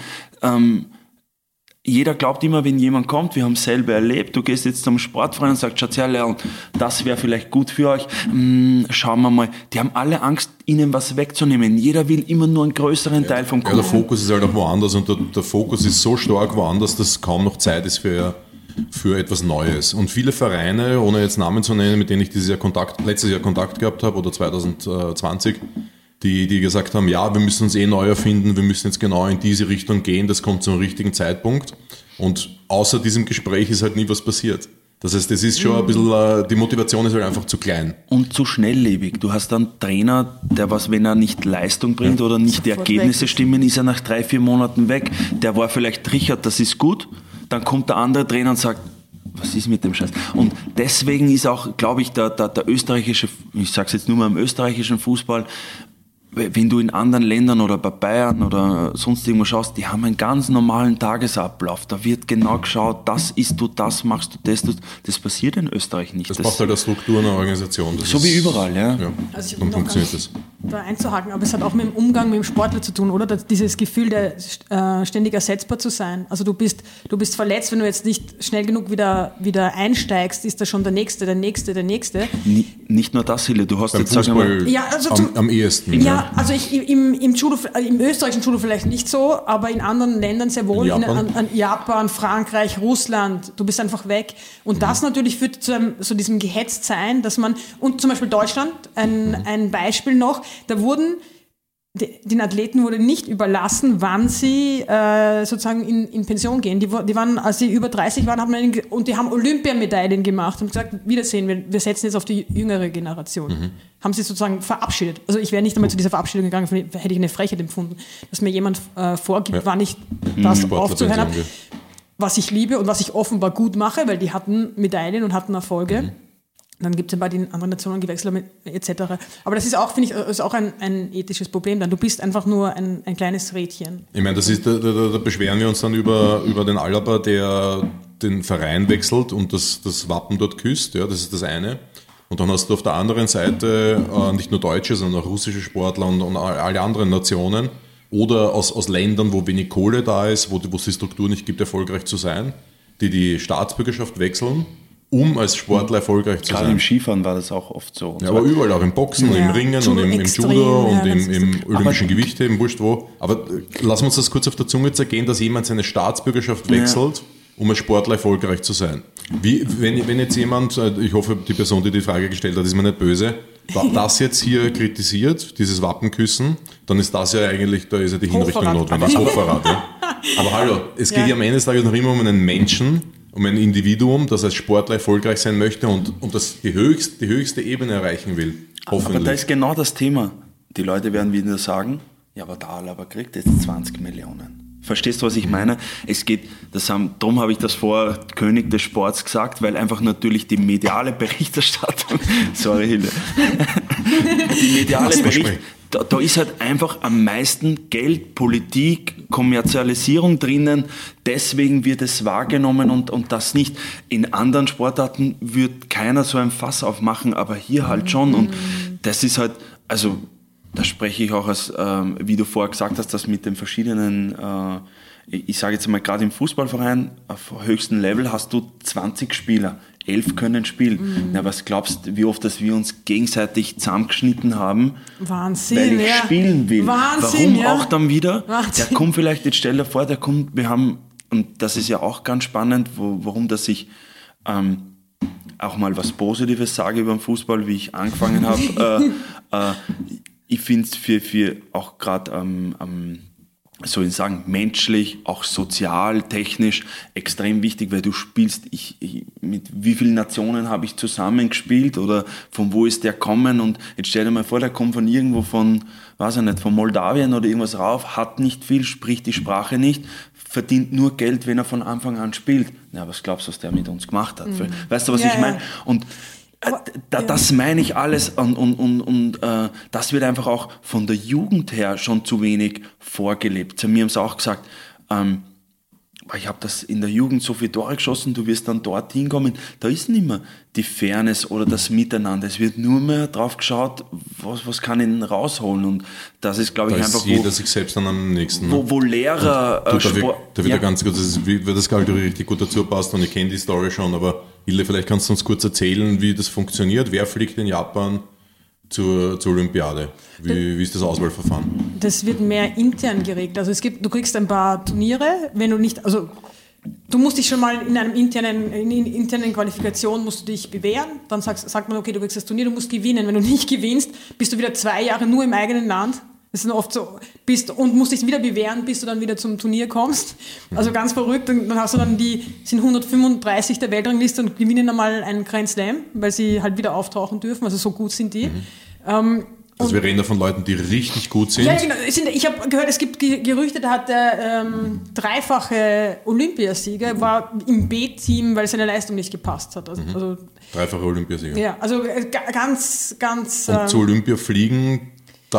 Jeder glaubt immer, wenn jemand kommt, wir haben es selber erlebt, du gehst jetzt zum Sportverein und sagst, schaut her, das wäre vielleicht gut für euch, schauen wir mal. Die haben alle Angst, ihnen was wegzunehmen. Jeder will immer nur einen größeren Teil vom Kuchen. Ja, der Fokus ist halt auch woanders und der Fokus ist so stark woanders, dass kaum noch Zeit ist für etwas Neues. Und viele Vereine, ohne jetzt Namen zu nennen, mit denen ich letztes Jahr Kontakt gehabt habe oder 2020, die gesagt haben, ja, wir müssen uns neu erfinden, wir müssen jetzt genau in diese Richtung gehen, das kommt zum richtigen Zeitpunkt. Und außer diesem Gespräch ist halt nie was passiert. Das heißt, das ist schon ein bisschen, die Motivation ist halt einfach zu klein. Und zu schnelllebig. Du hast einen Trainer, der wenn er nicht Leistung bringt oder nicht die Ergebnisse stimmen, ist er nach 3-4 Monaten weg. Der war vielleicht Richard, das ist gut. Dann kommt der andere Trainer und sagt, was ist mit dem Scheiß? Und deswegen ist auch, glaube ich, der österreichische, ich sage es jetzt nur mal im österreichischen Fußball, wenn du in anderen Ländern oder bei Bayern oder sonst irgendwo schaust, die haben einen ganz normalen Tagesablauf. Da wird genau geschaut, das isst du, das machst du, das passiert in Österreich nicht. Das braucht halt eine Struktur, eine Organisation. So wie überall, ja. Also dann funktioniert das. Da einzuhaken, aber es hat auch mit dem Umgang mit dem Sportler zu tun, oder? Dieses Gefühl, ständig ersetzbar zu sein. Also du bist verletzt, wenn du jetzt nicht schnell genug wieder einsteigst, ist da schon der Nächste. Nicht nur das, Hille, du hast beim jetzt Fußball am ehesten. Ja, also im Judo, im österreichischen Judo vielleicht nicht so, aber in anderen Ländern sehr wohl, Japan, Frankreich, Russland, du bist einfach weg. Und das natürlich führt zu diesem Gehetztsein, dass man, und zum Beispiel Deutschland, ein Beispiel noch, da wurden den Athleten wurde nicht überlassen, wann sie sozusagen in Pension gehen. Die waren, als sie über 30 waren, und die haben Olympiamedaillen gemacht und gesagt, Wiedersehen, wir setzen jetzt auf die jüngere Generation. Haben sie sozusagen verabschiedet. Also ich wäre nicht einmal zu dieser Verabschiedung gegangen, hätte ich eine Frechheit empfunden, dass mir jemand vorgibt, wann ich das aufzuhören habe. Was ich liebe und was ich offenbar gut mache, weil die hatten Medaillen und hatten Erfolge. Dann gibt es ja bei den anderen Nationen gewechselt etc. Aber das ist auch, finde ich, ist auch ein ethisches Problem dann. Du bist einfach nur ein kleines Rädchen. Ich meine, da beschweren wir uns dann über den Alaba, der den Verein wechselt und das Wappen dort küsst. Ja, das ist das eine. Und dann hast du auf der anderen Seite nicht nur deutsche, sondern auch russische Sportler und alle anderen Nationen oder aus Ländern, wo wenig Kohle da ist, wo es die Struktur nicht gibt, erfolgreich zu sein, die Staatsbürgerschaft wechseln, um als Sportler erfolgreich zu sein. Gerade im Skifahren war das auch oft so. Ja, aber überall, auch im Boxen, im Ringen und im Judo und im olympischen Gewichtheben, wurscht wo. Aber lassen wir uns das kurz auf der Zunge zergehen, dass jemand seine Staatsbürgerschaft wechselt, um als Sportler erfolgreich zu sein. Wenn jetzt jemand, ich hoffe, die Person, die Frage gestellt hat, ist mir nicht böse, das jetzt hier kritisiert, dieses Wappenküssen, dann ist das ja eigentlich, da ist ja die Hinrichtung notwendig. Hochverrat, ja. Aber hallo, es geht ja am Ende des Tages noch immer um einen Menschen, um ein Individuum, das als Sportler erfolgreich sein möchte und das die höchste Ebene erreichen will. Hoffentlich. Aber da ist genau das Thema. Die Leute werden wieder sagen, ja, aber der Alaba kriegt jetzt 20 Millionen. Verstehst du, was ich meine? Es geht, darum habe ich das vor König des Sports gesagt, weil einfach natürlich die mediale Berichterstattung, sorry Hilde, die mediale Berichterstattung, da ist halt einfach am meisten Geld, Politik, Kommerzialisierung drinnen. Deswegen wird es wahrgenommen und das nicht. In anderen Sportarten wird keiner so ein Fass aufmachen, aber hier halt schon. Und das ist halt, also da spreche ich auch als, wie du vorher gesagt hast, das mit den verschiedenen, ich sage jetzt mal gerade im Fußballverein, auf höchstem Level hast du 20 Spieler. 11 können spielen. Na, was glaubst du, wie oft, dass wir uns gegenseitig zusammengeschnitten haben? Wahnsinn, weil ich spielen will. Wahnsinn, warum auch dann wieder? Wahnsinn. Der kommt vielleicht, jetzt stell dir vor, wir haben, und das ist ja auch ganz spannend, warum dass ich auch mal was Positives sage über den Fußball, wie ich angefangen habe. Ich finde es für auch gerade soll ich sagen, menschlich, auch sozial, technisch extrem wichtig, weil du spielst, mit wie vielen Nationen habe ich zusammengespielt oder von wo ist der kommen, und jetzt stell dir mal vor, der kommt von irgendwo von, weiß ich nicht, von Moldawien oder irgendwas rauf, hat nicht viel, spricht die Sprache nicht, verdient nur Geld, wenn er von Anfang an spielt. Na, was glaubst du, was der mit uns gemacht hat? Weißt du, was ich meine? Und das meine ich alles, und das wird einfach auch von der Jugend her schon zu wenig vorgelebt. Zu mir haben sie auch gesagt, ich habe das in der Jugend so viele Tore geschossen, du wirst dann dorthin kommen. Da ist nicht mehr die Fairness oder das Miteinander. Es wird nur mehr drauf geschaut, was kann ich denn rausholen. Und das ist, glaube ich, da einfach, ist jeder sich selbst dann am nächsten. Ne? Wo Lehrer... Da wird ganz gut, das Galt richtig gut dazu passt, und ich kenne die Story schon, aber Hilde, vielleicht kannst du uns kurz erzählen, wie das funktioniert. Wer fliegt in Japan zur Olympiade? Wie ist das Auswahlverfahren? Das wird mehr intern geregelt. Also du kriegst ein paar Turniere, wenn du nicht, also du musst dich schon mal in einer internen Qualifikation musst du dich bewähren, dann sagt man, okay, du kriegst das Turnier, du musst gewinnen. Wenn du nicht gewinnst, bist du wieder 2 Jahre nur im eigenen Land. Das ist oft so, und musst dich wieder bewähren, bis du dann wieder zum Turnier kommst. Also ganz verrückt. Dann hast du dann sind 135 der Weltrangliste und gewinnen einmal einen Grand Slam, weil sie halt wieder auftauchen dürfen. Also so gut sind die. Also wir reden da von Leuten, die richtig gut sind. Ja, genau. Ich habe gehört, es gibt Gerüchte, da hat der dreifache Olympiasieger, war im B-Team, weil seine Leistung nicht gepasst hat. Also, dreifache Olympiasieger. Ja, also ganz... Und zu Olympia fliegen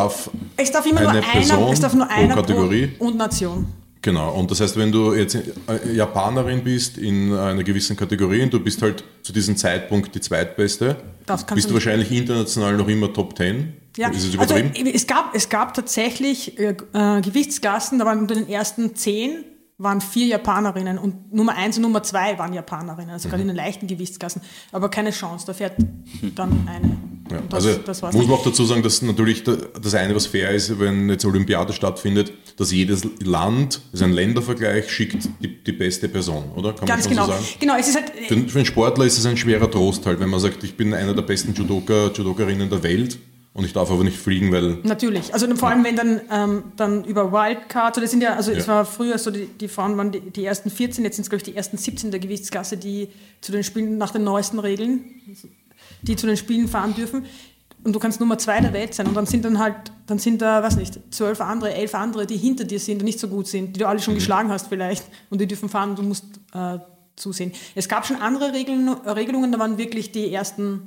es darf immer nur einer Kategorie und Nation. Genau, und das heißt, wenn du jetzt Japanerin bist in einer gewissen Kategorie und du bist halt zu diesem Zeitpunkt die Zweitbeste, bist du wahrscheinlich international noch immer Top 10? Ja, ist es übertrieben? Also es gab tatsächlich Gewichtsklassen, da waren unter den ersten 10 waren 4 Japanerinnen und Nummer 1 und Nummer 2 waren Japanerinnen, also gerade in den leichten Gewichtsklassen, aber keine Chance, da fährt dann eine. Ja, das muss man auch dazu sagen, dass natürlich das eine, was fair ist, wenn jetzt Olympiade stattfindet, dass jedes Land, das ist ein Ländervergleich, schickt die beste Person, oder? Kann Ganz man genau. So sagen? Genau, es ist halt, für einen Sportler ist es ein schwerer Trost halt, wenn man sagt, ich bin einer der besten Judokerinnen der Welt. Und ich darf aber nicht fliegen, weil... Natürlich, also vor allem wenn dann über Wildcard, das sind ja, also es war früher so, die Frauen waren die ersten 14, jetzt sind es glaube ich die ersten 17 der Gewichtsklasse, die zu den Spielen nach den neuesten Regeln, die zu den Spielen fahren dürfen. Und du kannst Nummer 2 der Welt sein und dann sind da, weiß nicht, 11 andere, die hinter dir sind und nicht so gut sind, die du alle schon geschlagen hast vielleicht und die dürfen fahren und du musst zusehen. Es gab schon andere Regelungen, da waren wirklich die ersten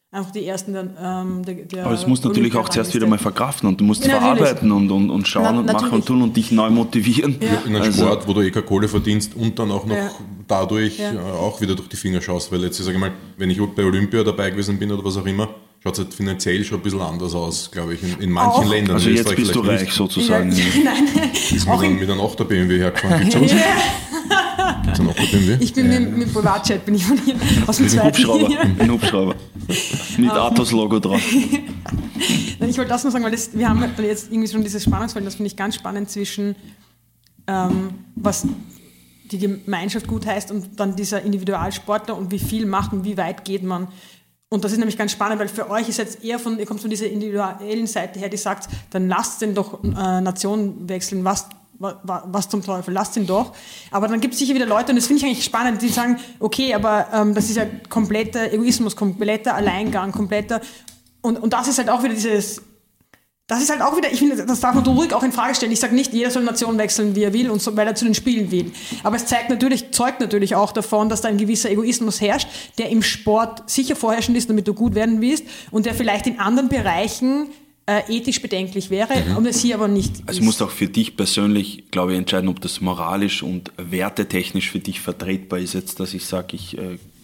aber es muss natürlich auch zuerst wieder mal verkraften und du musst verarbeiten und schauen und machen und tun und dich neu motivieren. Ja. In einem Sport, wo du keine Kohle verdienst und dann auch noch dadurch auch wieder durch die Finger schaust, weil jetzt, sage ich mal, wenn ich bei Olympia dabei gewesen bin oder was auch immer, schaut es halt finanziell schon ein bisschen anders aus, glaube ich, in manchen Ländern. Also jetzt bist du reich nicht. Sozusagen. Nein. Ist mit einem 8er BMW hergefahren. Gibt's sowas? Gibt's einen 8er BMW? Ich bin mit Privatjet, bin ich von hier aus dem zweiten. Ein Hubschrauber. Mit Athos-Logo drauf. Ich wollte das nur sagen, weil wir haben jetzt irgendwie schon dieses Spannungsfeld, das finde ich ganz spannend zwischen was die Gemeinschaft gut heißt und dann dieser Individualsportler und wie viel macht und wie weit geht man. Und das ist nämlich ganz spannend, weil für euch ist jetzt eher ihr kommt von dieser individuellen Seite her, die sagt, dann lasst den doch Nationen wechseln, was zum Teufel, lasst ihn doch. Aber dann gibt es sicher wieder Leute, und das finde ich eigentlich spannend, die sagen, okay, aber das ist ja kompletter Egoismus, kompletter Alleingang, und das ist halt auch wieder ich finde, das darf man ruhig auch in Frage stellen. Ich sage nicht, jeder soll Nation wechseln, wie er will, und so, weil er zu den Spielen will. Aber es zeugt natürlich auch davon, dass da ein gewisser Egoismus herrscht, der im Sport sicher vorherrschend ist, damit du gut werden willst, und der vielleicht in anderen Bereichen ethisch bedenklich wäre, und es hier aber nicht ist. Also du musst auch für dich persönlich, glaube ich, entscheiden, ob das moralisch und wertetechnisch für dich vertretbar ist, jetzt, dass ich sage, es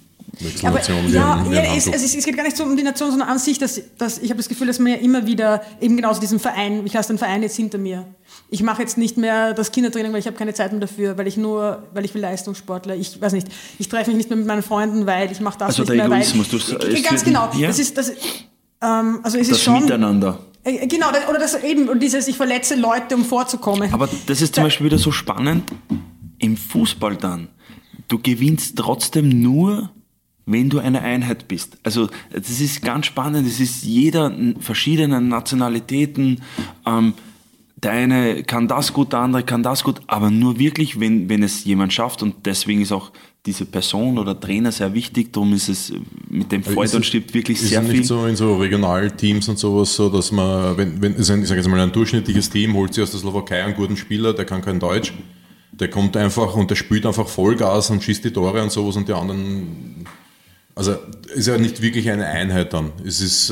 geht gar nicht so um die Nation, sondern an sich, dass ich habe das Gefühl, dass man ja immer wieder eben genauso diesen Verein, ich lasse den Verein jetzt hinter mir. Ich mache jetzt nicht mehr das Kindertraining, weil ich habe keine Zeit mehr dafür, weil ich will Leistungssportler, ich weiß nicht, ich treffe mich nicht mehr mit meinen Freunden, weil ich mache das also nicht mehr, Egoismus, weil... Ganz genau, ja. Es ist schon... Miteinander. Genau, oder das eben, und dieses, ich verletze Leute, um vorzukommen. Aber das ist zum Beispiel wieder so spannend, im Fußball dann, du gewinnst trotzdem nur, wenn du eine Einheit bist. Also das ist ganz spannend, es ist jeder verschiedenen Nationalitäten, der eine kann das gut, der andere kann das gut, aber nur wirklich, wenn es jemand schafft, und deswegen ist auch diese Person oder Trainer sehr wichtig, darum ist es mit dem Freude und stirbt wirklich sehr viel. Ist es nicht so in so Regionalteams und sowas so, dass man, wenn ich sage jetzt mal, ein durchschnittliches Team holt sich aus der Slowakei einen guten Spieler, der kann kein Deutsch, der kommt einfach und der spielt einfach Vollgas und schießt die Tore und sowas, und die anderen, also ist ja nicht wirklich eine Einheit dann. Es ist,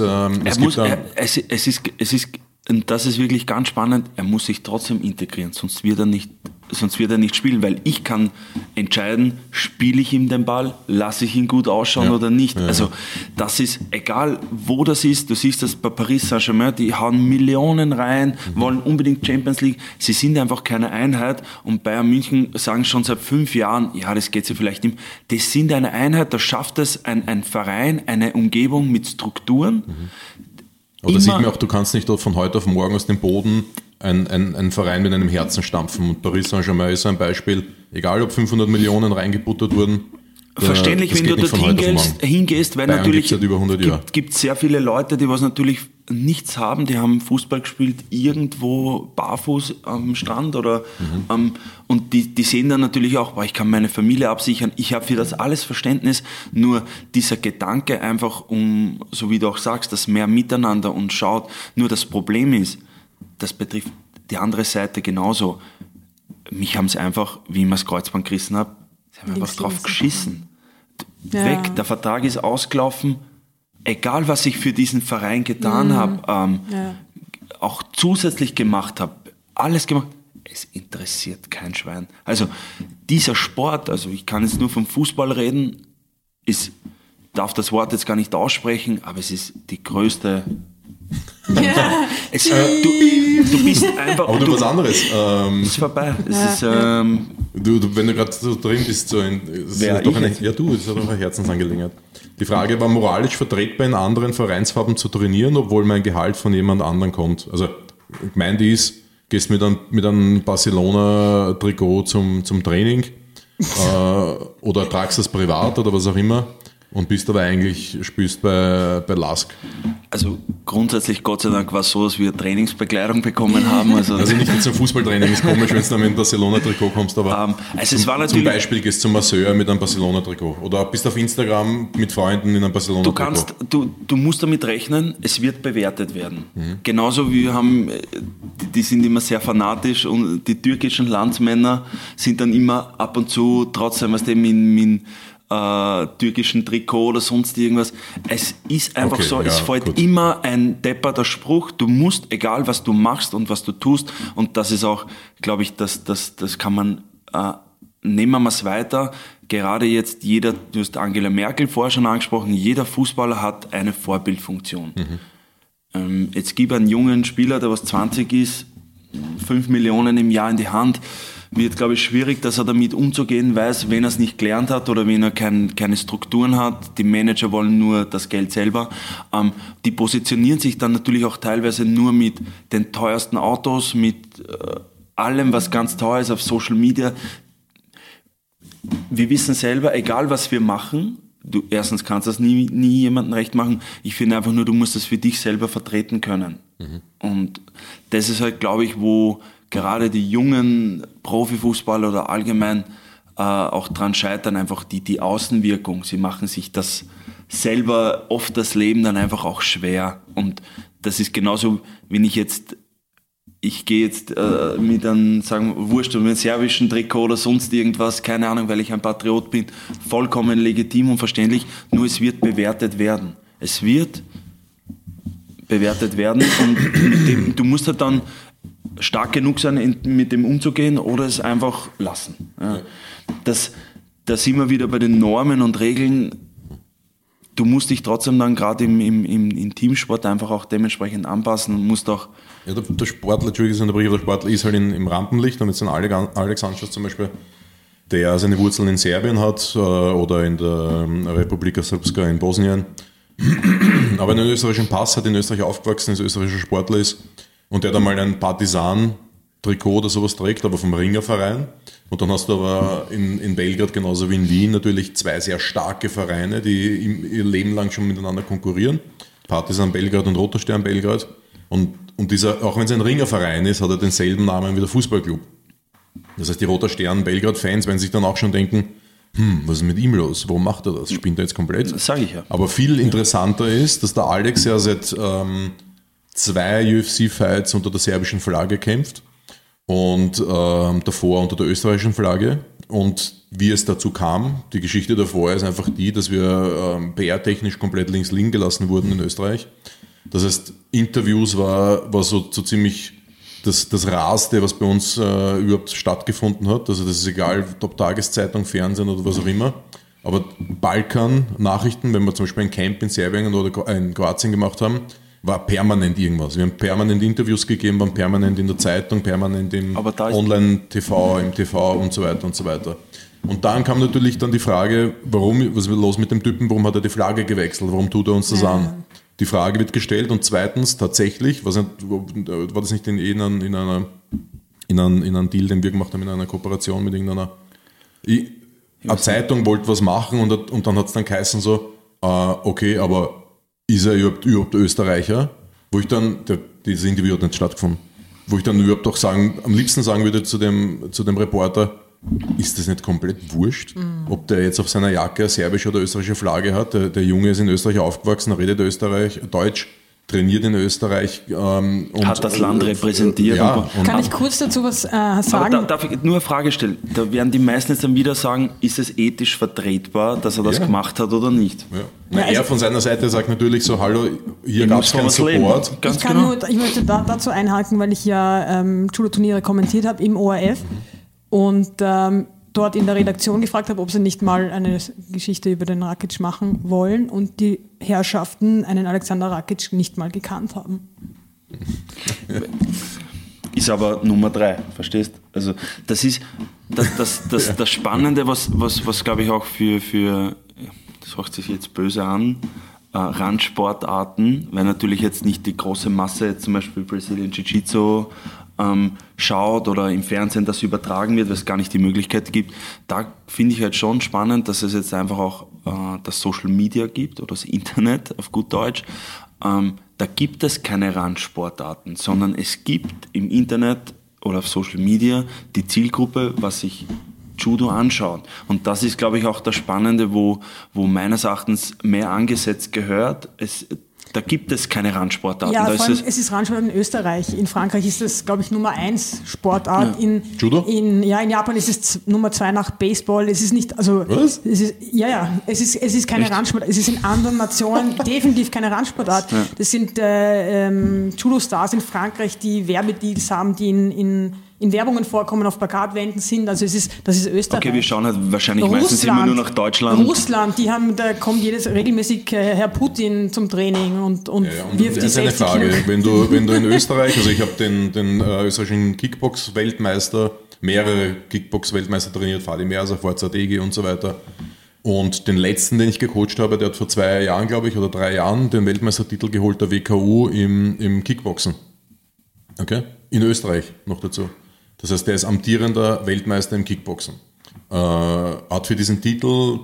und das ist wirklich ganz spannend, er muss sich trotzdem integrieren, sonst wird er nicht spielen, weil ich kann entscheiden, spiele ich ihm den Ball, lasse ich ihn gut ausschauen oder nicht. Ja. Also das ist, egal wo das ist, du siehst das bei Paris Saint-Germain, die hauen Millionen rein, wollen unbedingt Champions League, sie sind einfach keine Einheit, und Bayern München sagen schon seit 5 Jahren, ja, das geht so vielleicht nicht, das sind eine Einheit, da schafft es ein Verein, eine Umgebung mit Strukturen. Oder sieht man auch, du kannst nicht von heute auf morgen aus dem Boden einen Verein mit einem Herzen stampfen. Und Paris Saint-Germain ist ein Beispiel, egal ob 500 Millionen reingebuttert wurden. Verständlich, wenn du dort hingehst, weil Bayern natürlich gibt sehr viele Leute, die was natürlich nichts haben, die haben Fußball gespielt irgendwo barfuß am Strand oder und die sehen dann natürlich auch, ich kann meine Familie absichern, ich habe für das alles Verständnis, nur dieser Gedanke einfach, so wie du auch sagst, das mehr Miteinander und schaut, nur das Problem ist, das betrifft die andere Seite genauso. Mich haben sie einfach, wie ich mir das Kreuzband gerissen habe, sie haben einfach drauf geschissen. Weg, der Vertrag ist ausgelaufen, egal was ich für diesen Verein getan habe, auch zusätzlich gemacht habe, alles gemacht, es interessiert kein Schwein. Also dieser Sport, also ich kann jetzt nur vom Fußball reden, darf das Wort jetzt gar nicht aussprechen, aber es ist die größte... Du bist einfach... Aber du was anderes. Es ist vorbei. Wenn du gerade so drin bist, das ist doch das ist doch eine Herzensangelegenheit. Die Frage war, moralisch vertretbar in anderen Vereinsfarben zu trainieren, obwohl mein Gehalt von jemand anderem kommt. Also gemeint ist, gehst mit einem Barcelona-Trikot zum Training oder tragst das privat oder was auch immer. Und bist aber eigentlich, spielst bei LASK. Also grundsätzlich, Gott sei Dank, war es so, dass wir Trainingsbegleitung bekommen haben. Also nicht zum Fußballtraining, ist komisch, wenn du dann mit einem Barcelona-Trikot kommst, aber zum Beispiel gehst du zum Masseur mit einem Barcelona-Trikot oder bist auf Instagram mit Freunden in einem Barcelona-Trikot. Du musst damit rechnen, es wird bewertet werden. Genauso wie wir haben, die sind immer sehr fanatisch, und die türkischen Landsmänner sind dann immer ab und zu, trotzdem was dem in türkischen Trikot oder sonst irgendwas. Es ist einfach so, es fällt immer ein depperter Spruch, du musst, egal was du machst und was du tust, und das ist auch, glaube ich, das kann man, nehmen wir es weiter, gerade jetzt du hast Angela Merkel vorher schon angesprochen, jeder Fußballer hat eine Vorbildfunktion. Jetzt gib einen jungen Spieler, der was 20 ist, 5 Millionen im Jahr in die Hand, wird, glaube ich, schwierig, dass er damit umzugehen weiß, wenn er es nicht gelernt hat oder wenn er keine Strukturen hat. Die Manager wollen nur das Geld selber. Die positionieren sich dann natürlich auch teilweise nur mit den teuersten Autos, mit allem, was ganz teuer ist auf Social Media. Wir wissen selber, egal was wir machen, erstens kannst du das nie jemandem recht machen. Ich finde einfach nur, du musst das für dich selber vertreten können. Und das ist halt, glaube ich, wo gerade die jungen Profifußballer oder allgemein auch dran scheitern, einfach die Außenwirkung. Sie machen sich das selber oft das Leben dann einfach auch schwer. Und das ist genauso, wenn ich gehe jetzt mit einem, sagen wir, wurscht, mit einem serbischen Trikot oder sonst irgendwas, keine Ahnung, weil ich ein Patriot bin, vollkommen legitim und verständlich, nur es wird bewertet werden. Es wird bewertet werden, und du musst halt dann stark genug sein, mit dem umzugehen oder es einfach lassen. Ja. Da sind wir wieder bei den Normen und Regeln. Du musst dich trotzdem dann gerade im Teamsport einfach auch dementsprechend anpassen und musst auch... Ja, der Sportler, der Sportler ist halt im Rampenlicht, und jetzt ein Alex Sanchez zum Beispiel, der seine Wurzeln in Serbien hat oder in der Republika Srpska in Bosnien, aber einen österreichischen Pass hat, in Österreich aufgewachsen ist, österreichischer Sportler ist, und der da mal ein Partisan-Trikot oder sowas trägt, aber vom Ringerverein. Und dann hast du aber in Belgrad genauso wie in Wien natürlich 2 sehr starke Vereine, die ihr Leben lang schon miteinander konkurrieren. Partizan Belgrad und Roter Stern Belgrad. Und dieser, auch wenn es ein Ringerverein ist, hat er denselben Namen wie der Fußballclub. Das heißt, die Roter Stern Belgrad-Fans werden sich dann auch schon denken, was ist mit ihm los? Warum macht er das? Spinnt er jetzt komplett? Das sage ich ja. Aber viel interessanter ist, dass der Alex ja seit 2 UFC-Fights unter der serbischen Flagge kämpft und davor unter der österreichischen Flagge. Und wie es dazu kam, die Geschichte davor ist einfach die, dass wir PR-technisch komplett links liegen gelassen wurden in Österreich. Das heißt, Interviews war so ziemlich das Raste, was bei uns überhaupt stattgefunden hat. Also das ist egal, ob Tageszeitung, Fernsehen oder was auch immer. Aber Balkan-Nachrichten, wenn wir zum Beispiel ein Camp in Serbien oder in Kroatien gemacht haben, war permanent irgendwas. Wir haben permanent Interviews gegeben, waren permanent in der Zeitung, permanent im Online-TV, im TV und so weiter und so weiter. Und dann kam natürlich dann die Frage, was ist los mit dem Typen, warum hat er die Flagge gewechselt, warum tut er uns das an? Die Frage wird gestellt und zweitens tatsächlich, war das nicht in einem Deal, den wir gemacht haben, in einer Kooperation mit irgendeiner eine Zeitung wollte was machen und dann hat es dann geheißen so, okay, aber ist er überhaupt Österreicher? Wo ich dann, dieses Interview hat nicht stattgefunden, wo ich dann überhaupt auch am liebsten sagen würde zu dem Reporter, ist das nicht komplett wurscht, ob der jetzt auf seiner Jacke eine serbische oder österreichische Flagge hat? Der Junge ist in Österreich aufgewachsen, redet Deutsch, trainiert in Österreich. Und hat das Land repräsentiert. Kann ich kurz dazu was sagen? Aber darf ich nur eine Frage stellen? Da werden die meisten jetzt dann wieder sagen, ist es ethisch vertretbar, dass er das gemacht hat oder nicht? Ja. Er von seiner Seite sagt natürlich so, hallo, hier gab es keinen Support. Ich möchte dazu einhaken, weil ich ja Judo-Turniere kommentiert habe im ORF. Und dort in der Redaktion gefragt habe, ob sie nicht mal eine Geschichte über den Rakic machen wollen und die Herrschaften einen Alexander Rakic nicht mal gekannt haben. Ist aber Nummer 3, verstehst? Also das ist das Spannende, was glaube ich auch für das hört sich jetzt böse an, Randsportarten, weil natürlich jetzt nicht die große Masse, jetzt zum Beispiel Brazilian Jiu-Jitsu schaut oder im Fernsehen das übertragen wird, weil es gar nicht die Möglichkeit gibt. Da finde ich halt schon spannend, dass es jetzt einfach auch das Social Media gibt oder das Internet auf gut Deutsch. Da gibt es keine Randsportarten, sondern es gibt im Internet oder auf Social Media die Zielgruppe, was sich Judo anschaut. Und das ist, glaube ich, auch das Spannende, wo meines Erachtens mehr angesetzt gehört. Da gibt es keine Randsportarten. Ja, vor allem, es ist Randsport in Österreich. In Frankreich ist das, glaube ich, Nummer 1 Sportart. Ja. Judo? In Japan ist es Nummer 2 nach Baseball. Es ist nicht, also... Was? Es ist keine Randsportart. Es ist in anderen Nationen definitiv keine Randsportart. Ja. Das sind Judo-Stars in Frankreich, die Werbedeals haben, die in Werbungen vorkommen, auf Plakatwänden sind. Also das ist Österreich. Okay, wir schauen halt wahrscheinlich meistens immer nur nach Deutschland. Russland, da kommt regelmäßig Herr Putin zum Training und wirft die 60 eine Frage. Wenn du in Österreich, also ich habe den österreichischen Kickbox-Weltmeister, mehrere Kickbox-Weltmeister trainiert, Fadi Merser, Forza Degi und so weiter. Und den letzten, den ich gecoacht habe, der hat vor 2 Jahren, glaube ich, oder 3 Jahren den Weltmeistertitel geholt, der WKU im Kickboxen. Okay? In Österreich noch dazu. Das heißt, der ist amtierender Weltmeister im Kickboxen. Hat für diesen Titel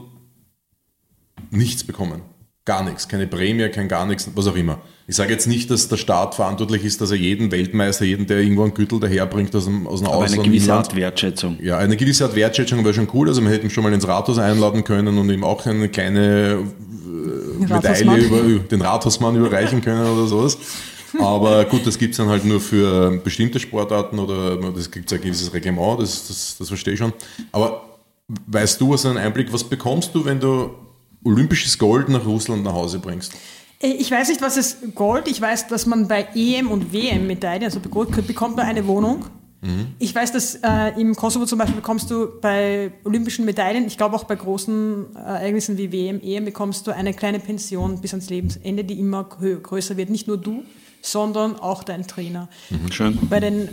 nichts bekommen. Gar nichts. Keine Prämie, kein gar nichts, was auch immer. Ich sage jetzt nicht, dass der Staat verantwortlich ist, dass er jeden Weltmeister, der irgendwo einen Gürtel daherbringt aus dem Ausland. Aber eine gewisse Art Wertschätzung. Ja, eine gewisse Art Wertschätzung wäre schon cool. Also man hätte ihn schon mal ins Rathaus einladen können und ihm auch eine kleine Medaille über den Rathausmann überreichen können oder sowas. Aber gut, das gibt es dann halt nur für bestimmte Sportarten oder das gibt es ein gewisses Reglement, das verstehe ich schon. Aber weißt du, was einen Einblick, was bekommst du, wenn du olympisches Gold nach Russland nach Hause bringst? Ich weiß nicht, was ist Gold. Ich weiß, dass man bei EM und WM Medaillen, also bekommt man eine Wohnung. Ich weiß, dass im Kosovo zum Beispiel bekommst du bei olympischen Medaillen, ich glaube auch bei großen Ereignissen wie WM, EM, bekommst du eine kleine Pension bis ans Lebensende, die immer größer wird. Nicht nur du, sondern auch dein Trainer. Schön. Bei den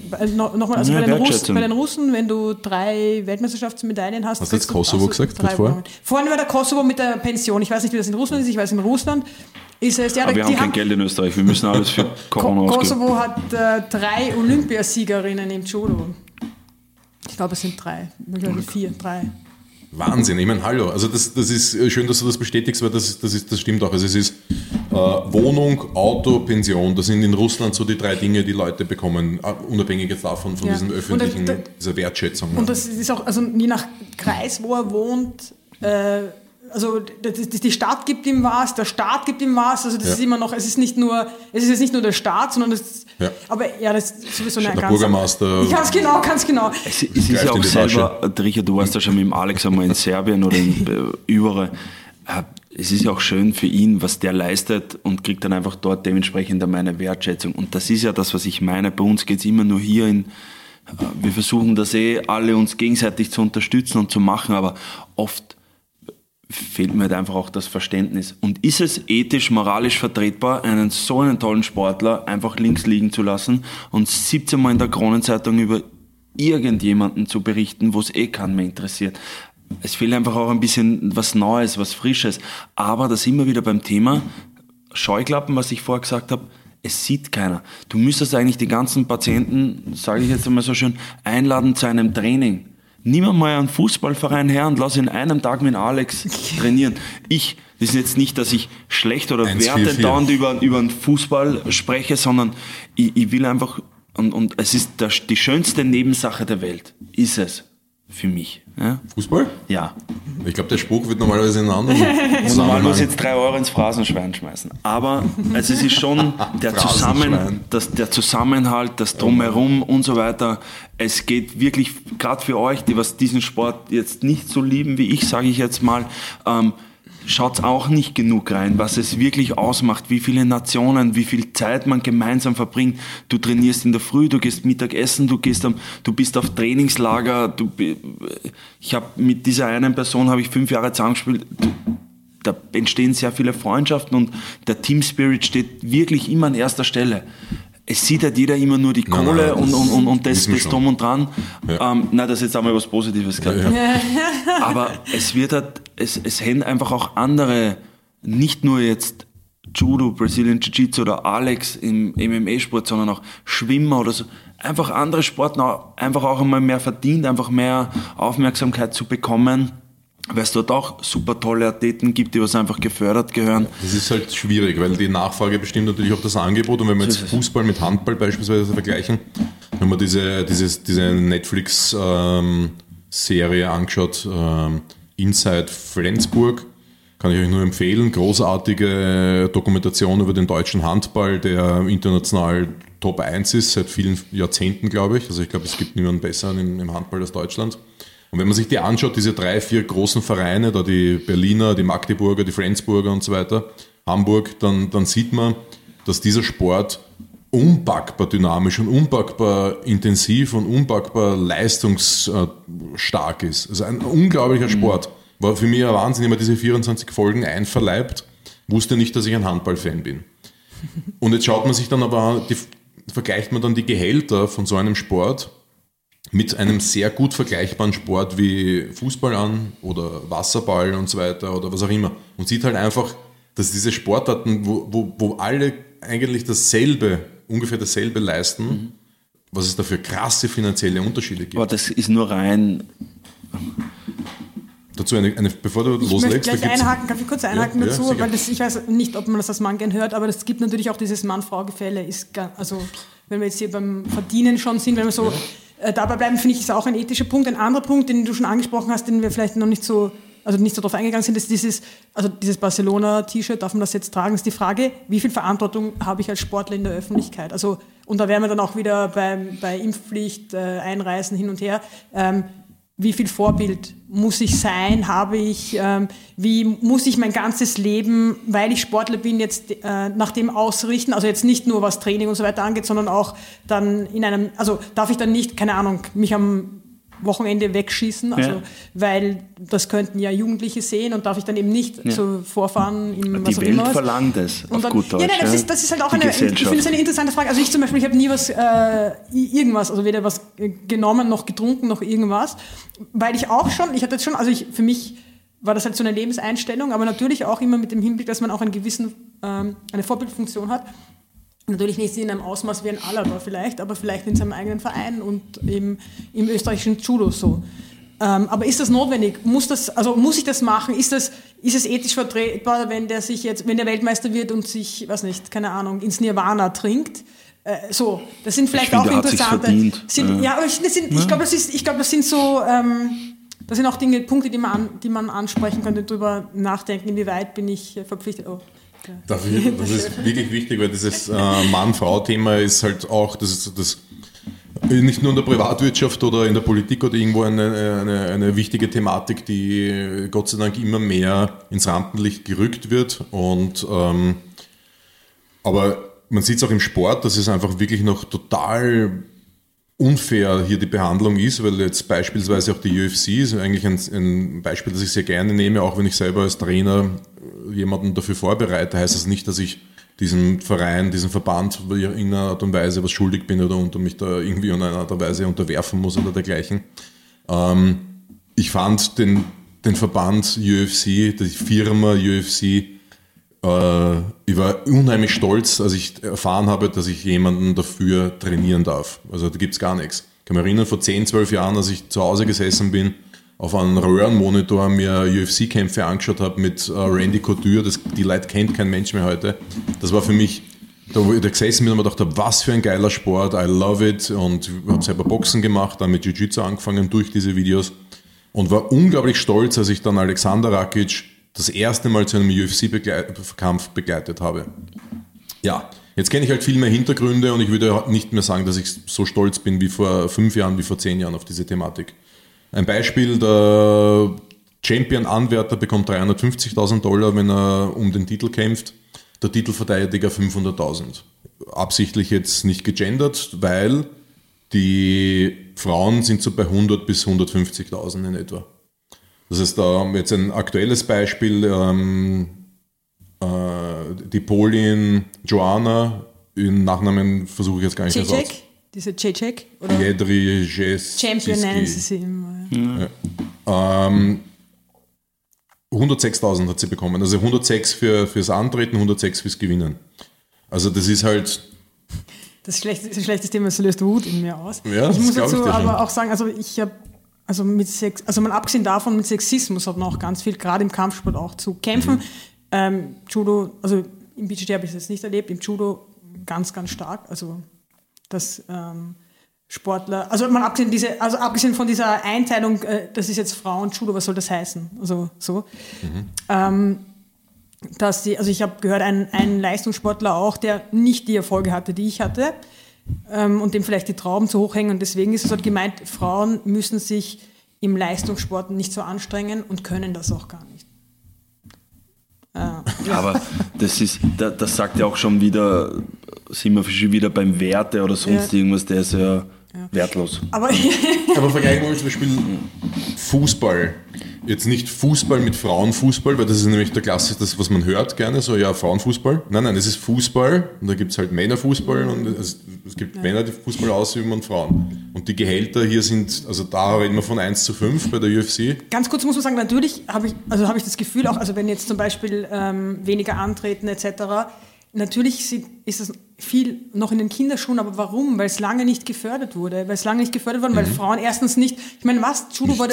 Russen, wenn du 3 Weltmeisterschaftsmedaillen hast... Hast du jetzt Kosovo gesagt? Vorhin war der Kosovo mit der Pension. Ich weiß nicht, wie das in Russland ist. Ich weiß, in Russland ist es... Ja, aber wir haben kein Geld in Österreich. Wir müssen alles für Corona ausgeben. Kosovo hat 3 Olympiasiegerinnen im Judo. Ich glaube, es sind 3. Möglicherweise 4, 3. Wahnsinn, ich meine, hallo. Also das ist schön, dass du das bestätigst, weil das stimmt auch. Also es ist Wohnung, Auto, Pension, das sind in Russland so die 3 Dinge, die Leute bekommen, unabhängig jetzt davon, von diesem öffentlichen, dieser Wertschätzung. Und das ist auch, also je nach Kreis, wo er wohnt, also die Stadt gibt ihm was, der Staat gibt ihm was, also das ist immer noch, es ist jetzt nicht nur der Staat, sondern das, aber das ist sowieso eine der ganz... Bürgermeister... Ganz genau. Es ist ja auch selber, Richard, du warst ja schon mit dem Alex einmal in Serbien oder überall. Es ist ja auch schön für ihn, was der leistet und kriegt dann einfach dort dementsprechend meine Wertschätzung. Und das ist ja das, was ich meine. Bei uns geht es immer nur hier wir versuchen das alle uns gegenseitig zu unterstützen und zu machen, aber oft fehlt mir halt einfach auch das Verständnis. Und ist es ethisch, moralisch vertretbar, einen tollen Sportler einfach links liegen zu lassen und 17 Mal in der Kronenzeitung über irgendjemanden zu berichten, wo es keinen mehr interessiert? Es fehlt einfach auch ein bisschen was Neues, was Frisches. Aber da sind wir wieder beim Thema Scheuklappen, was ich vorher gesagt habe. Es sieht keiner. Du müsstest eigentlich die ganzen Patienten, sage ich jetzt einmal so schön, einladen zu einem Training. Nimm mal einen Fußballverein her und lass ihn einen Tag mit Alex trainieren. Das ist jetzt nicht, dass ich schlecht oder wertend dauernd über einen Fußball spreche, sondern ich will einfach, und es ist die schönste Nebensache der Welt, ist es für mich. Ja? Fußball? Ja. Ich glaube, der Spruch wird normalerweise in einem anderen Normal muss jetzt 3 Euro ins Phrasenschwein schmeißen. Aber also es ist schon der Zusammenhalt, das Drumherum und so weiter. Es geht wirklich, gerade für euch, die was diesen Sport jetzt nicht so lieben wie ich, sage ich jetzt mal, schaut auch nicht genug rein, was es wirklich ausmacht, wie viele Nationen, wie viel Zeit man gemeinsam verbringt. Du trainierst in der Früh, du gehst Mittagessen, du bist auf Trainingslager. Ich habe mit dieser einen Person 5 Jahre zusammengespielt. Da entstehen sehr viele Freundschaften und der Team Spirit steht wirklich immer an erster Stelle. Es sieht halt jeder immer nur die Kohle und das Drum und Dran. Ja. Das ist jetzt einmal was Positives gesagt. Ja. Aber es wird halt, es hängen einfach auch andere, nicht nur jetzt Judo, Brazilian Jiu-Jitsu oder Alex im MMA-Sport, sondern auch Schwimmer oder so. Einfach andere Sportler einfach auch einmal mehr verdient, einfach mehr Aufmerksamkeit zu bekommen. Weil es dort auch super tolle Athleten gibt, die was einfach gefördert gehören. Das ist halt schwierig, weil die Nachfrage bestimmt natürlich auch das Angebot. Und wenn wir jetzt Fußball mit Handball beispielsweise vergleichen, wenn man diese Netflix-Serie angeschaut, Inside Flensburg, kann ich euch nur empfehlen. Großartige Dokumentation über den deutschen Handball, der international Top 1 ist, seit vielen Jahrzehnten, glaube ich. Also ich glaube, es gibt niemanden besseren im Handball als Deutschland. Und wenn man sich die anschaut, diese 3, 4 großen Vereine, da die Berliner, die Magdeburger, die Flensburger und so weiter, Hamburg, dann sieht man, dass dieser Sport unpackbar dynamisch und unpackbar intensiv und unpackbar leistungsstark ist. Also ein unglaublicher Sport. War für mich ein Wahnsinn, immer diese 24 Folgen einverleibt, wusste nicht, dass ich ein Handballfan bin. Und jetzt schaut man sich dann aber, vergleicht man dann die Gehälter von so einem Sport mit einem sehr gut vergleichbaren Sport wie Fußball an oder Wasserball und so weiter oder was auch immer. Und sieht halt einfach, dass diese Sportarten, wo alle eigentlich ungefähr dasselbe leisten, was es da für krasse finanzielle Unterschiede gibt. Aber das ist nur rein... Dazu bevor du loslegst. Darf ich kurz einhaken dazu? Ja, weil ich weiß nicht, ob man das als Mann gern hört, aber es gibt natürlich auch dieses Mann-Frau-Gefälle. Also wenn wir jetzt hier beim Verdienen schon sind, wenn wir so dabei bleiben, finde ich, ist auch ein ethischer Punkt. Ein anderer Punkt, den du schon angesprochen hast, den wir vielleicht noch nicht so darauf eingegangen sind, ist dieses Barcelona-T-Shirt, darf man das jetzt tragen, ist die Frage, wie viel Verantwortung habe ich als Sportler in der Öffentlichkeit? Also, und da wären wir dann auch wieder bei Impfpflicht, Einreisen hin und her. Wie viel Vorbild muss ich sein, habe ich, wie muss ich mein ganzes Leben, weil ich Sportler bin, jetzt nach dem ausrichten, also jetzt nicht nur was Training und so weiter angeht, sondern auch dann darf ich dann nicht, keine Ahnung, mich am Wochenende wegschießen, weil das könnten ja Jugendliche sehen und darf ich dann eben nicht so vorfahren im was auch immer. Die Welt verlangt es, auf gut Deutsch. Das ist halt auch ich finde es eine interessante Frage. Also ich zum Beispiel, ich habe nie irgendwas, also weder was genommen, noch getrunken, noch irgendwas, weil für mich war das halt so eine Lebenseinstellung, aber natürlich auch immer mit dem Hinblick, dass man auch eine Vorbildfunktion hat. Natürlich nicht in einem Ausmaß wie ein Alaba vielleicht, aber vielleicht in seinem eigenen Verein und im österreichischen Judo so. Aber ist das notwendig? Muss ich das machen? Ist das ist es ethisch vertretbar, wenn der Weltmeister wird und sich, weiß nicht, keine Ahnung, ins Nirvana trinkt? So, das sind vielleicht auch interessante. Aber ich glaube, das sind so, das sind auch Punkte, die man ansprechen könnte, drüber nachdenken, inwieweit bin ich verpflichtet. Das ist wirklich wichtig, weil dieses Mann-Frau-Thema ist halt auch, das nicht nur in der Privatwirtschaft oder in der Politik oder irgendwo eine wichtige Thematik, die Gott sei Dank immer mehr ins Rampenlicht gerückt wird. Aber man sieht es auch im Sport, dass es einfach wirklich noch total unfair hier die Behandlung ist, weil jetzt beispielsweise auch die UFC ist eigentlich ein Beispiel, das ich sehr gerne nehme, auch wenn ich selber als Trainer jemanden dafür vorbereite, heißt das nicht, dass ich diesem Verein, diesem Verband in irgendeiner Art und Weise was schuldig bin oder mich da irgendwie in einer Art und Weise unterwerfen muss oder dergleichen. Ich fand den Verband UFC, die Firma UFC, ich war unheimlich stolz, als ich erfahren habe, dass ich jemanden dafür trainieren darf. Also da gibt es gar nichts. Ich kann mich erinnern, vor 10, 12 Jahren, als ich zu Hause gesessen bin, auf einem Röhrenmonitor mir UFC-Kämpfe angeschaut habe mit Randy Couture, die Leute kennt kein Mensch mehr heute. Das war für mich, da wo ich da gesessen bin und mir gedacht habe, was für ein geiler Sport, I love it, und habe selber Boxen gemacht, dann mit Jiu-Jitsu angefangen durch diese Videos und war unglaublich stolz, als ich dann Alexander Rakic das erste Mal zu einem UFC-Kampf begleitet habe. Ja, jetzt kenne ich halt viel mehr Hintergründe und ich würde nicht mehr sagen, dass ich so stolz bin wie vor 5 Jahren, wie vor 10 Jahren auf diese Thematik. Ein Beispiel, der Champion-Anwärter bekommt $350.000, wenn er um den Titel kämpft, der Titelverteidiger 500.000. Absichtlich jetzt nicht gegendert, weil die Frauen sind so bei 100 bis 150.000 in etwa. Das heißt, da haben wir jetzt ein aktuelles Beispiel, die Polin Joanna, ihren Nachnamen versuche ich jetzt gar nicht mehr aus. Diese Cecek? Champion nennen sie sie immer. Ja. 106.000 hat sie bekommen. Also 106 fürs Antreten, 106 fürs Gewinnen. Also das ist halt... Das ist ein schlechtes Thema, das löst Wut in mir aus. Ja, ich muss dazu aber auch sagen, mal abgesehen davon, mit Sexismus hat man auch ganz viel, gerade im Kampfsport auch zu kämpfen. Judo, also im BJJ habe ich das jetzt nicht erlebt, im Judo ganz, ganz stark. Also dass Sportler, abgesehen von dieser Einteilung, das ist jetzt Frauen-Judo, was soll das heißen? Also so. Ich habe gehört, ein Leistungssportler auch, der nicht die Erfolge hatte, die ich hatte, und dem vielleicht die Trauben zu hoch hängen. Und deswegen ist es halt gemeint, Frauen müssen sich im Leistungssport nicht so anstrengen und können das auch gar nicht. Aber das sagt ja auch schon wieder, sind wir schon wieder beim Werte oder sonst irgendwas, der ist ja wertlos. Aber vergleichen wir zum Beispiel Fußball. Jetzt nicht Fußball mit Frauenfußball, weil das ist nämlich der Klassiker, das, was man hört gerne, so ja, Frauenfußball. Nein, es ist Fußball und da gibt es halt Männerfußball und es gibt Männer, die Fußball ausüben und Frauen. Und die Gehälter hier sind, also da reden wir von 1:5 bei der UFC. Ganz kurz muss man sagen, natürlich habe ich das Gefühl auch, also wenn jetzt zum Beispiel weniger antreten etc., natürlich ist das viel noch in den Kinderschuhen, aber warum? Weil es lange nicht gefördert wurde. Weil Frauen erstens nicht, ich meine, Judo wurde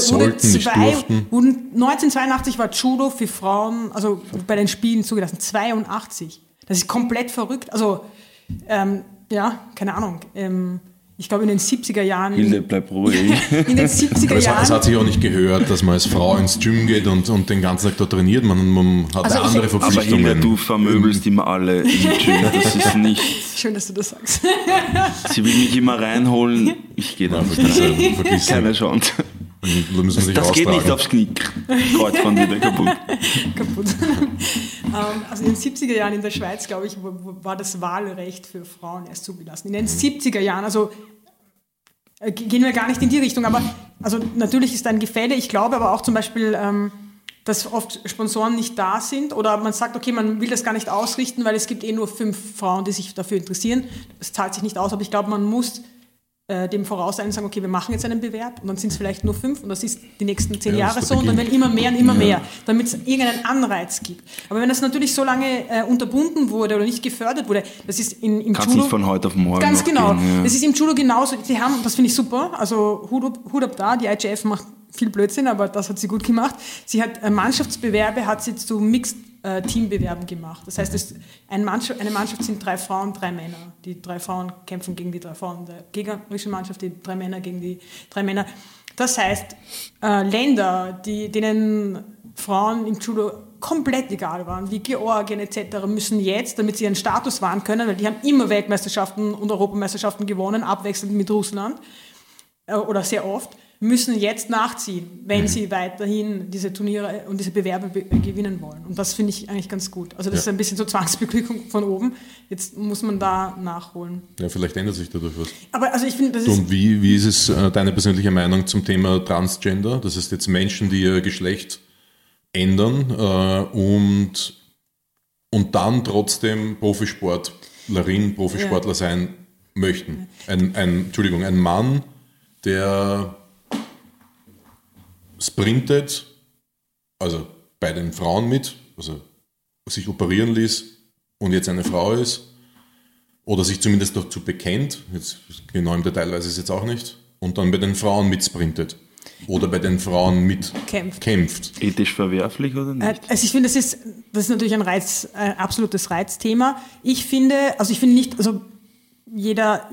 1982 war Judo für Frauen, also bei den Spielen zugelassen, 82. Das ist komplett verrückt. Also, keine Ahnung. Ich glaube in den 70er Jahren... Hilde, bleib ruhig. In den 70er Jahren... Es hat sich auch nicht gehört, dass man als Frau ins Gym geht und den ganzen Tag da trainiert. Man hat andere Verpflichtungen. Aber Hilde, du vermöbelst immer alle im Gym. Das ist nicht... Schön, dass du das sagst. Sie will mich immer reinholen. Ich gehe da nicht. Keine Chance. Das geht nicht aufs Knie. Kreuzband wieder kaputt. Also in den 70er Jahren in der Schweiz, glaube ich, war das Wahlrecht für Frauen erst zugelassen. In den 70er Jahren, also gehen wir gar nicht in die Richtung, aber also natürlich ist ein Gefälle. Ich glaube aber auch zum Beispiel, dass oft Sponsoren nicht da sind oder man sagt, okay, man will das gar nicht ausrichten, weil es gibt nur 5 Frauen, die sich dafür interessieren. Das zahlt sich nicht aus, aber ich glaube, man muss dem voraus sein und sagen, okay, wir machen jetzt einen Bewerb und dann sind es vielleicht nur 5 und das ist die nächsten 10 Jahre so und dann werden immer mehr und immer mehr, damit es irgendeinen Anreiz gibt. Aber wenn das natürlich so lange unterbunden wurde oder nicht gefördert wurde, das ist im Judo... Kannst nicht von heute auf morgen Ganz genau. Gehen, ja. Das ist im Judo genauso. Die haben, das finde ich super, also Hut ab da, die IGF macht viel Blödsinn, aber das hat sie gut gemacht. Sie hat Mannschaftsbewerbe hat sie zu Mixed-Teambewerben gemacht. Das heißt, eine Mannschaft sind 3 Frauen, 3 Männer. Die 3 Frauen kämpfen gegen die 3 Frauen der gegnerischen Mannschaft, die 3 Männer gegen die 3 Männer. Das heißt, Länder, denen Frauen im Judo komplett egal waren, wie Georgien etc., müssen jetzt, damit sie ihren Status wahren können, weil die haben immer Weltmeisterschaften und Europameisterschaften gewonnen, abwechselnd mit Russland oder sehr oft, müssen jetzt nachziehen, wenn sie weiterhin diese Turniere und diese Bewerbe gewinnen wollen. Und das finde ich eigentlich ganz gut. Also das ist ein bisschen so Zwangsbeglückung von oben. Jetzt muss man da nachholen. Ja, vielleicht ändert sich dadurch was. Aber also ich finde, das ist... Und wie ist es deine persönliche Meinung zum Thema Transgender? Das heißt jetzt Menschen, die ihr Geschlecht ändern und dann trotzdem Profisportler sein möchten. Ein Mann, der sprintet, also bei den Frauen mit, also sich operieren ließ und jetzt eine Frau ist oder sich zumindest dazu bekennt, jetzt genau im Detail weiß ich es jetzt auch nicht, und dann bei den Frauen mitsprintet. Oder bei den Frauen mitkämpft. Ethisch verwerflich oder nicht? Also ich finde, das ist natürlich ein absolutes Reizthema. Ich finde nicht, also jeder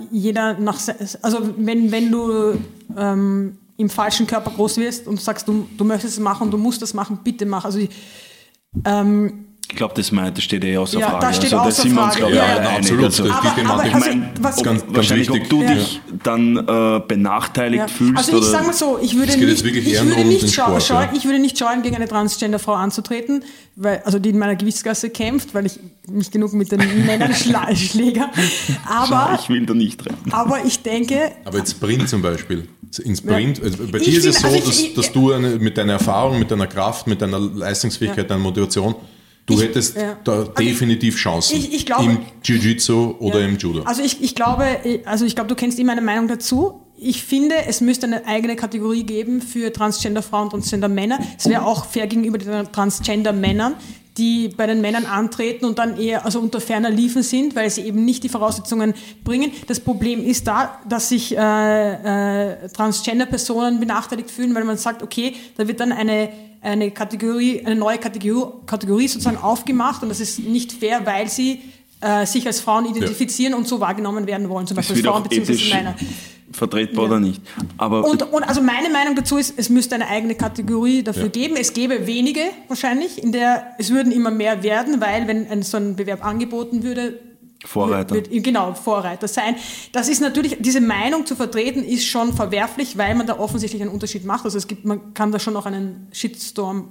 wenn du im falschen Körper groß wirst und sagst, du möchtest es machen, du musst das machen, bitte mach. Also ich glaube, das steht außer Frage. Da steht außer Frage. Absolut. Also, wahrscheinlich, ob du dich dann benachteiligt fühlst. Also ich sage mal so, ich würde nicht scheuen, gegen eine Transgender-Frau anzutreten, die in meiner Gewichtsklasse kämpft, weil ich nicht genug mit den Männern schläge. Aber ich will da nicht rein. Aber ich denke... Aber jetzt Sprint zum Beispiel. In Sprint, bei dir ist es so, dass du mit deiner Erfahrung, mit deiner Kraft, mit deiner Leistungsfähigkeit, deiner Motivation... Du hättest da definitiv Chancen im Jiu-Jitsu oder im Judo. Also ich glaube, du kennst meine Meinung dazu. Ich finde, es müsste eine eigene Kategorie geben für Transgender-Frauen und Transgender-Männer. Es wäre auch fair gegenüber den Transgender-Männern, die bei den Männern antreten und dann eher unter ferner Liefen sind, weil sie eben nicht die Voraussetzungen bringen. Das Problem ist da, dass sich Transgender-Personen benachteiligt fühlen, weil man sagt, okay, da wird dann eine neue Kategorie sozusagen aufgemacht und das ist nicht fair, weil sie sich als Frauen identifizieren und so wahrgenommen werden wollen, zum Beispiel als Frauen bzw. Männer. Vertretbar oder nicht. Aber und also meine Meinung dazu ist, es müsste eine eigene Kategorie dafür geben. Es gäbe wenige wahrscheinlich, es würden immer mehr werden, weil wenn so ein Bewerb angeboten würde, Vorreiter. Vorreiter sein. Das ist natürlich, diese Meinung zu vertreten, ist schon verwerflich, weil man da offensichtlich einen Unterschied macht. Also man kann da schon noch einen Shitstorm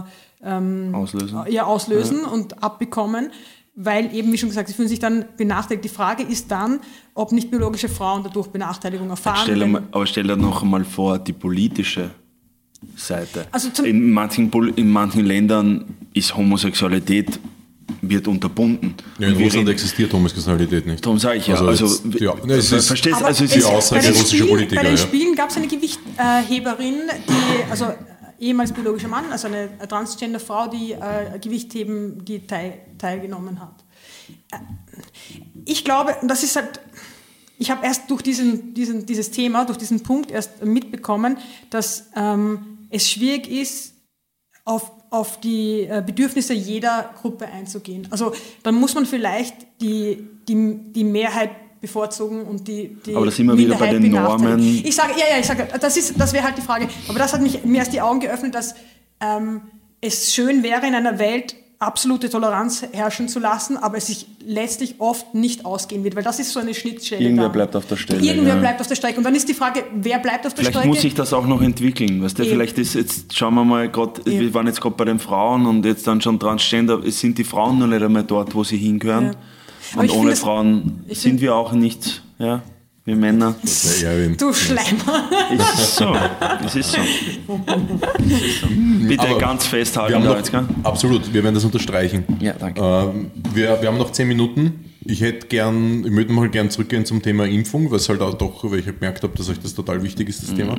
auslösen und abbekommen, weil eben, wie schon gesagt, sie fühlen sich dann benachteiligt. Die Frage ist dann, ob nicht biologische Frauen dadurch Benachteiligung erfahren. Aber stell dir noch einmal vor, die politische Seite. Also in manchen Ländern ist Homosexualität wird unterbunden. Ja, in Russland existiert Homosexualität nicht. Darum sage ich verstehst du? Die Aussage russischer Politiker. Bei den Spielen gab es eine Gewichtheberin, die, ehemals biologischer Mann, also eine Transgender-Frau, die Gewichtheben, die teilgenommen hat. Ich glaube, das ist halt, ich habe erst durch dieses Thema, durch diesen Punkt erst mitbekommen, dass es schwierig ist, auf die Bedürfnisse jeder Gruppe einzugehen. Also dann muss man vielleicht die Mehrheit bevorzugen und die aber da sind wir wieder bei den Normen. Ich sage, das wäre halt die Frage. Aber das hat mir erst die Augen geöffnet, dass es schön wäre, in einer Welt absolute Toleranz herrschen zu lassen, aber es sich letztlich oft nicht ausgehen wird, weil das ist so eine Schnittstelle. Irgendwer bleibt auf der Stelle. Bleibt auf der Strecke. Und dann ist die Frage, wer bleibt auf der Strecke? Vielleicht muss sich das auch noch entwickeln. Weißt du, vielleicht ist jetzt, schauen wir mal, wir waren jetzt gerade bei den Frauen und jetzt dann schon Transgender, es sind die Frauen noch nicht einmal dort, wo sie hingehören. Ja. Und ohne Frauen sind wir auch nicht, wir Männer. Du Schleimer. Es ist so. Bitte aber ganz festhalten. Absolut, wir werden das unterstreichen. Ja, danke. Wir haben noch 10 Minuten. Ich würde mal gern zurückgehen zum Thema Impfung, weil es halt auch doch, weil ich gemerkt habe, dass euch das total wichtig ist, das Thema.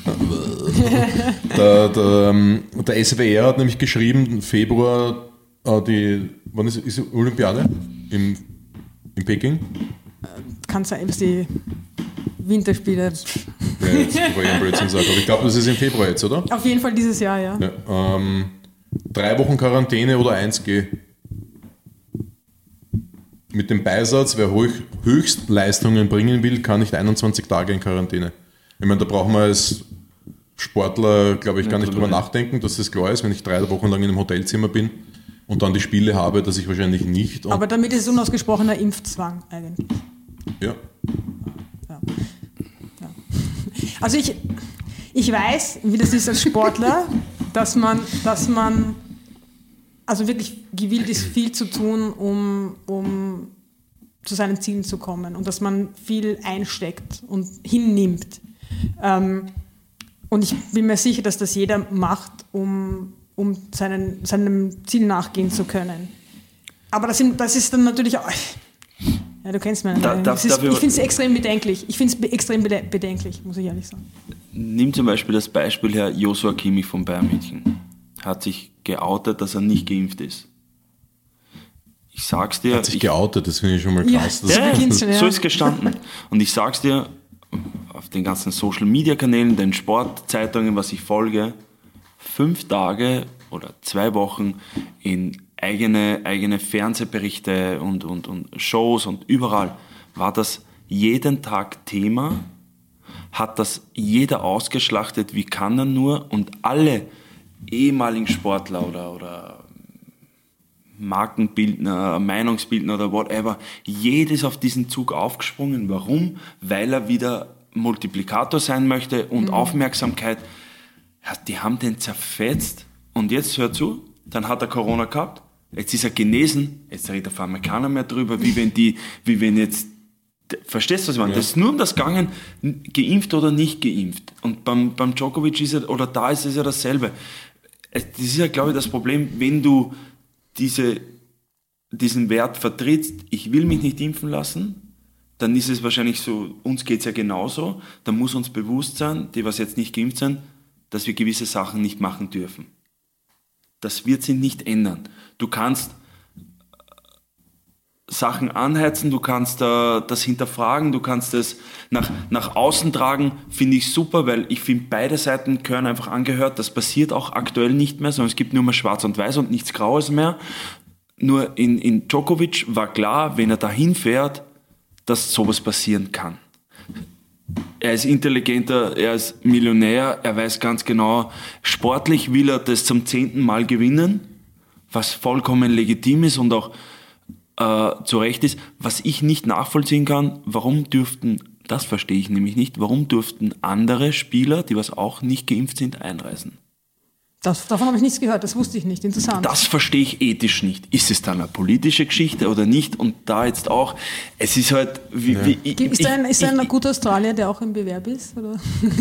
Der SWR hat nämlich geschrieben, im Februar, wann ist Olympiade? In Peking? Kann sein, dass die Winterspiele. Ja, jetzt, bevor ich einen Blödsinn sage. Aber ich glaube, das ist im Februar jetzt, oder? Auf jeden Fall dieses Jahr, ja. 3 Wochen Quarantäne oder 1G? Mit dem Beisatz, wer Höchstleistungen bringen will, kann nicht 21 Tage in Quarantäne. Ich meine, da brauchen wir als Sportler, glaube ich, gar nicht drüber nachdenken, dass das klar ist, wenn ich 3 Wochen lang in einem Hotelzimmer bin und dann die Spiele habe, dass ich wahrscheinlich nicht... Aber damit ist es unausgesprochener Impfzwang eigentlich. Ja. Also ich weiß, wie das ist als Sportler, dass man also wirklich gewillt ist, viel zu tun, um zu seinen Zielen zu kommen und dass man viel einsteckt und hinnimmt. Und ich bin mir sicher, dass das jeder macht, um seinem Ziel nachgehen zu können. Aber das ist dann natürlich auch... Ja, du kennst meine Meinung. Ich finde es extrem bedenklich. Muss ich ehrlich sagen. Nimm zum Beispiel das Beispiel her, Joshua Kimmich von Bayern München. Hat sich geoutet, dass er nicht geimpft ist. Ich sag's dir... Hat sich geoutet, das finde ich schon mal krass. Ja, so ist gestanden. Und ich sag's dir, auf den ganzen Social-Media-Kanälen, den Sportzeitungen, was ich folge, 5 Tage oder 2 Wochen in eigene Fernsehberichte und Shows und überall war das jeden Tag Thema, hat das jeder ausgeschlachtet, wie kann er nur, und alle ehemaligen Sportler oder Markenbildner, Meinungsbildner oder whatever, jedes auf diesen Zug aufgesprungen. Warum? Weil er wieder Multiplikator sein möchte und Aufmerksamkeit. Ja, die haben den zerfetzt. Und jetzt hör zu, dann hat er Corona gehabt, jetzt ist er genesen, jetzt redet auf einmal keiner mehr drüber, wie wenn jetzt, verstehst du, was ich meine? Ja. Das ist nur um das Gangen, geimpft oder nicht geimpft. Und beim Djokovic ist es, oder da ist es ja dasselbe. Das ist ja, glaube ich, das Problem, wenn du diesen Wert vertrittst, ich will mich nicht impfen lassen, dann ist es wahrscheinlich so, uns geht es ja genauso, dann muss uns bewusst sein, die was jetzt nicht geimpft sind, dass wir gewisse Sachen nicht machen dürfen. Das wird sich nicht ändern. Du kannst Sachen anheizen, du kannst das hinterfragen, du kannst es nach außen tragen, finde ich super, weil ich finde, beide Seiten gehören einfach angehört. Das passiert auch aktuell nicht mehr, sondern es gibt nur mehr Schwarz und Weiß und nichts Graues mehr. Nur in Djokovic war klar, wenn er dahin fährt, dass sowas passieren kann. Er ist intelligenter, er ist Millionär, er weiß ganz genau, sportlich will er das zum 10. Mal gewinnen, was vollkommen legitim ist und auch zu Recht ist. Was ich nicht nachvollziehen kann, das verstehe ich nämlich nicht, warum durften andere Spieler, die was auch nicht geimpft sind, einreisen? Davon habe ich nichts gehört, das wusste ich nicht, interessant. Das verstehe ich ethisch nicht. Ist es dann eine politische Geschichte oder nicht? Und da jetzt auch, es ist halt... Ist da ein guter Australier, der auch im Bewerb ist? Oder?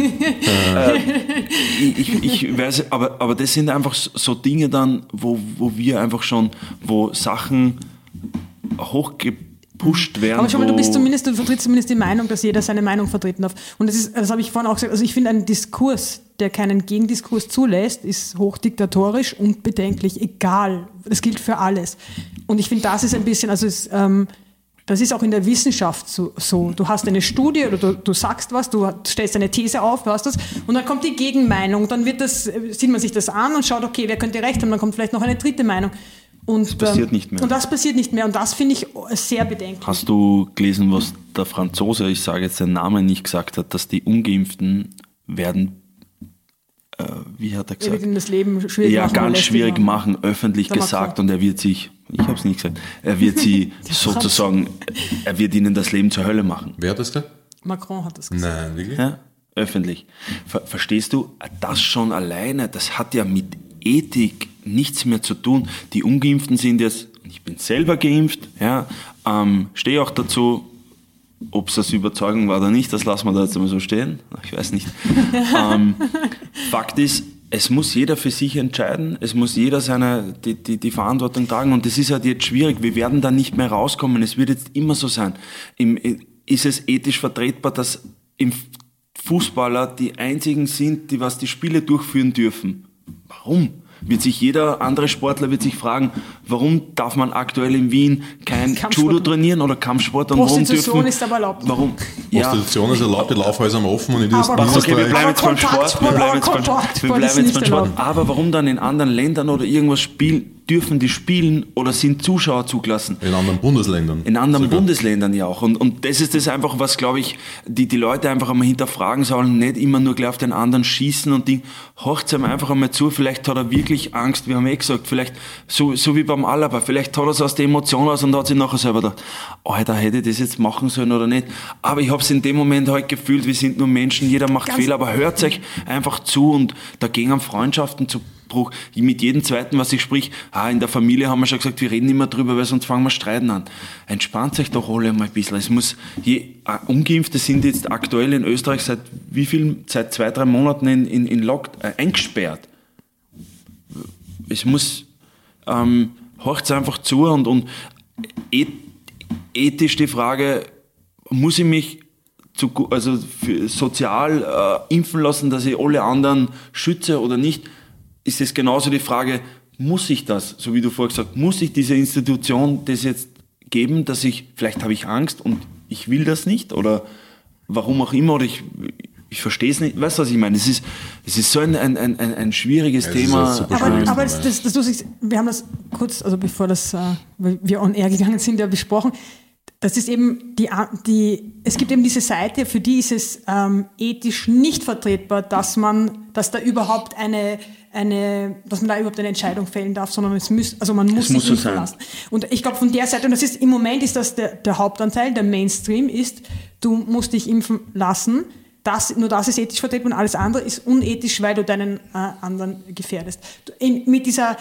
Ich weiß, aber das sind einfach so Dinge dann, wo wir einfach schon, wo Sachen hochgepusht werden. Aber schau mal, du vertrittst zumindest die Meinung, dass jeder seine Meinung vertreten darf. Und das habe ich vorhin auch gesagt, also ich finde, ein Diskurs, der keinen Gegendiskurs zulässt, ist hochdiktatorisch und bedenklich, egal. Das gilt für alles. Und ich finde, das ist ein bisschen, das ist auch in der Wissenschaft so. Du hast eine Studie oder du sagst was, du stellst eine These auf, du hast das, und dann kommt die Gegenmeinung, dann sieht man sich das an und schaut, okay, wer könnte recht haben, dann kommt vielleicht noch eine dritte Meinung. Und, das passiert nicht mehr. Und das passiert nicht mehr und das finde ich sehr bedenklich. Hast du gelesen, was der Franzose, ich sage jetzt den Namen nicht, gesagt hat, dass die Ungeimpften werden, wie hat er gesagt? Er wird ihnen das Leben schwierig machen. Ja, ganz schwierig machen, öffentlich gesagt, und er wird sich, ich habe es nicht gesagt, er wird sie sozusagen, er wird ihnen das Leben zur Hölle machen. Wer hat das gesagt? Macron hat das gesagt. Nein, wirklich? Ja, öffentlich. Verstehst du, das schon alleine, das hat ja mit Ethik nichts mehr zu tun. Die Ungeimpften sind jetzt, ich bin selber geimpft, ja, stehe auch dazu, ob es das Überzeugung war oder nicht, das lassen wir da jetzt mal so stehen, ich weiß nicht. Fakt ist, es muss jeder für sich entscheiden, es muss jeder die Verantwortung tragen, und das ist halt jetzt schwierig, wir werden da nicht mehr rauskommen, es wird jetzt immer so sein. Ist es ethisch vertretbar, dass im Fußballer die einzigen sind, die was die Spiele durchführen dürfen? Warum? wird sich jeder andere Sportler wird sich fragen, warum darf man aktuell in Wien kein Judo trainieren oder Kampfsport? Und Prostitution ist aber erlaubt. Warum? Prostitution ist erlaubt, die Laufhäuser haben offen und in diesem okay, wir bleiben jetzt beim Sport. Aber warum dann in anderen Ländern oder irgendwas dürfen die spielen oder sind Zuschauer zugelassen? In anderen Bundesländern. In anderen Bundesländern ja auch. Und das ist das einfach, was, glaube ich, die Leute einfach einmal hinterfragen sollen, nicht immer nur gleich auf den anderen schießen und horcht ihm einfach einmal zu, vielleicht hat er wirklich Angst, wir haben gesagt, vielleicht so wie beim Alaba, vielleicht hat er es aus der Emotion aus und hat sich nachher selber gedacht, Alter, hätte ich das jetzt machen sollen oder nicht? Aber ich habe es in dem Moment halt gefühlt, wir sind nur Menschen, jeder macht Fehler, aber hört euch einfach zu und dagegen haben Freundschaften zu Bruch. Mit jedem Zweiten, was ich sprich, in der Familie haben wir schon gesagt, wir reden nicht mehr drüber, weil sonst fangen wir streiten an. Entspannt euch doch alle mal ein bisschen. Ungeimpfte sind jetzt aktuell in Österreich seit 2-3 Monaten eingesperrt. Es muss, horcht's einfach zu und ethisch die Frage, muss ich mich sozial impfen lassen, dass ich alle anderen schütze oder nicht? Ist es genauso die Frage, muss ich das, so wie du vorher gesagt hast, muss ich dieser Institution das jetzt geben, dass vielleicht habe ich Angst und ich will das nicht oder warum auch immer oder ich verstehe es nicht, weißt du, was ich meine? Es ist so ein schwieriges Thema. Aber wir haben das kurz, also bevor wir on air gegangen sind, ja besprochen. Das ist eben es gibt eben diese Seite, für die ist es ethisch nicht vertretbar, dass man da überhaupt eine Entscheidung fällen darf, sondern man muss sich nicht verlassen. Und ich glaube von der Seite, und im Moment ist das der Hauptanteil, der Mainstream ist, du musst dich impfen lassen. Nur das ist ethisch vertretbar und alles andere ist unethisch, weil du deinen anderen gefährdest. Mit dieser,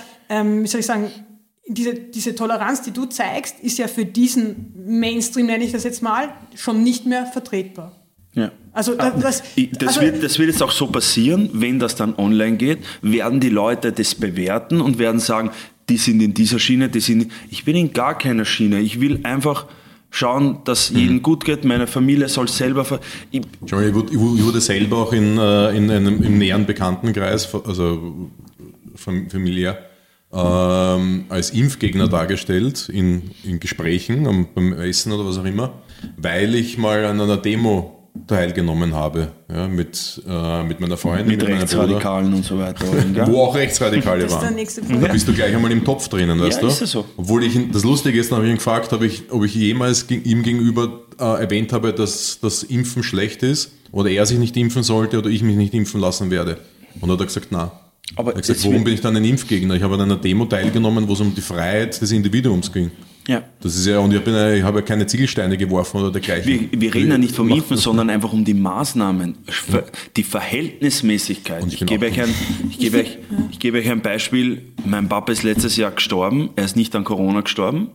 diese Toleranz, die du zeigst, ist ja für diesen Mainstream, nenne ich das jetzt mal, schon nicht mehr vertretbar. Ja. Das wird jetzt auch so passieren, wenn das dann online geht, werden die Leute das bewerten und werden sagen, die sind in dieser Schiene, ich bin in gar keiner Schiene, ich will einfach schauen, dass jedem gut geht, meine Familie soll selber... Ich wurde selber auch im näheren Bekanntenkreis, also familiär, als Impfgegner dargestellt in Gesprächen, beim Essen oder was auch immer, weil ich mal an einer Demo teilgenommen habe, ja, mit meiner Freundin, mit Rechtsradikalen und so weiter. Wo auch Rechtsradikale waren. Da bist du gleich einmal im Topf drinnen, weißt du? Ist das so. Obwohl das Lustige ist, dann habe ich ihn gefragt, ob ich jemals ihm gegenüber erwähnt habe, dass das Impfen schlecht ist oder er sich nicht impfen sollte oder ich mich nicht impfen lassen werde. Und hat er gesagt, nein. Aber er hat gesagt, warum bin ich dann ein Impfgegner? Ich habe an einer Demo teilgenommen, wo es um die Freiheit des Individuums ging. Ja. Das ist ja, und ich habe ja keine Ziegelsteine geworfen oder dergleichen. Wir reden ja nicht vom Impfen, sondern einfach um die Maßnahmen, die Verhältnismäßigkeit. Ich gebe euch ein Beispiel. Mein Papa ist letztes Jahr gestorben. Er ist nicht an Corona gestorben.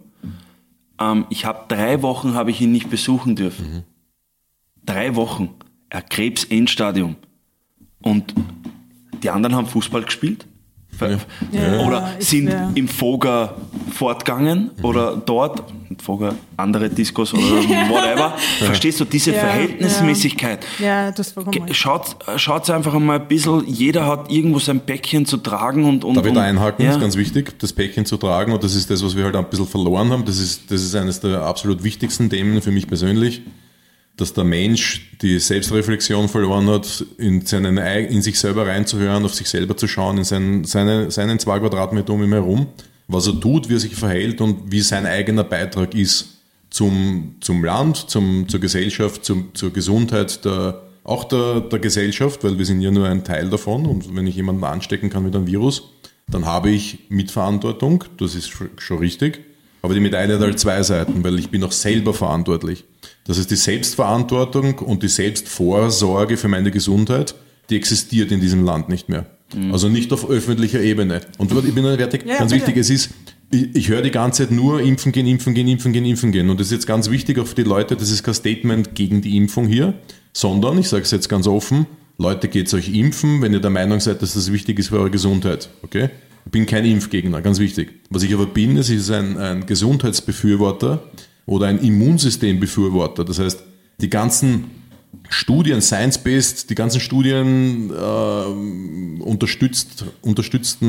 3 Wochen habe ich ihn nicht besuchen dürfen. 3 Wochen. Er hat Krebs-Endstadium. Und die anderen haben Fußball gespielt. Oder sind im Foga fortgegangen oder dort, Foga, andere Diskos oder whatever. Verstehst du, diese Verhältnismäßigkeit? Ja, das vollkommen. Schaut einfach einmal ein bisschen, jeder hat irgendwo sein Päckchen zu tragen und Darf ich da einhaken? Das ist ganz wichtig, das Päckchen zu tragen, und das ist das, was wir halt ein bisschen verloren haben. Das ist eines der absolut wichtigsten Themen für mich persönlich, dass der Mensch die Selbstreflexion verloren hat, in sich selber reinzuhören, auf sich selber zu schauen, in seinen 2 Quadratmeter um ihn herum, was er tut, wie er sich verhält und wie sein eigener Beitrag ist zum Land, zur Gesellschaft, zur Gesundheit auch der Gesellschaft, weil wir sind ja nur ein Teil davon, und wenn ich jemanden anstecken kann mit einem Virus, dann habe ich Mitverantwortung, das ist schon richtig. Aber die Medaille hat halt 2 Seiten, weil ich bin auch selber verantwortlich. Das heißt, die Selbstverantwortung und die Selbstvorsorge für meine Gesundheit, die existiert in diesem Land nicht mehr. Also nicht auf öffentlicher Ebene. Und ich bin fertig, ganz wichtig, ich höre die ganze Zeit nur impfen gehen. Und das ist jetzt ganz wichtig auch für die Leute, das ist kein Statement gegen die Impfung hier, sondern, ich sage es jetzt ganz offen, Leute, geht euch impfen, wenn ihr der Meinung seid, dass das wichtig ist für eure Gesundheit. Okay? Ich bin kein Impfgegner, ganz wichtig. Was ich aber bin, ist ein Gesundheitsbefürworter oder ein Immunsystembefürworter. Das heißt, die ganzen Studien, science-based, die ganzen Studien unterstützten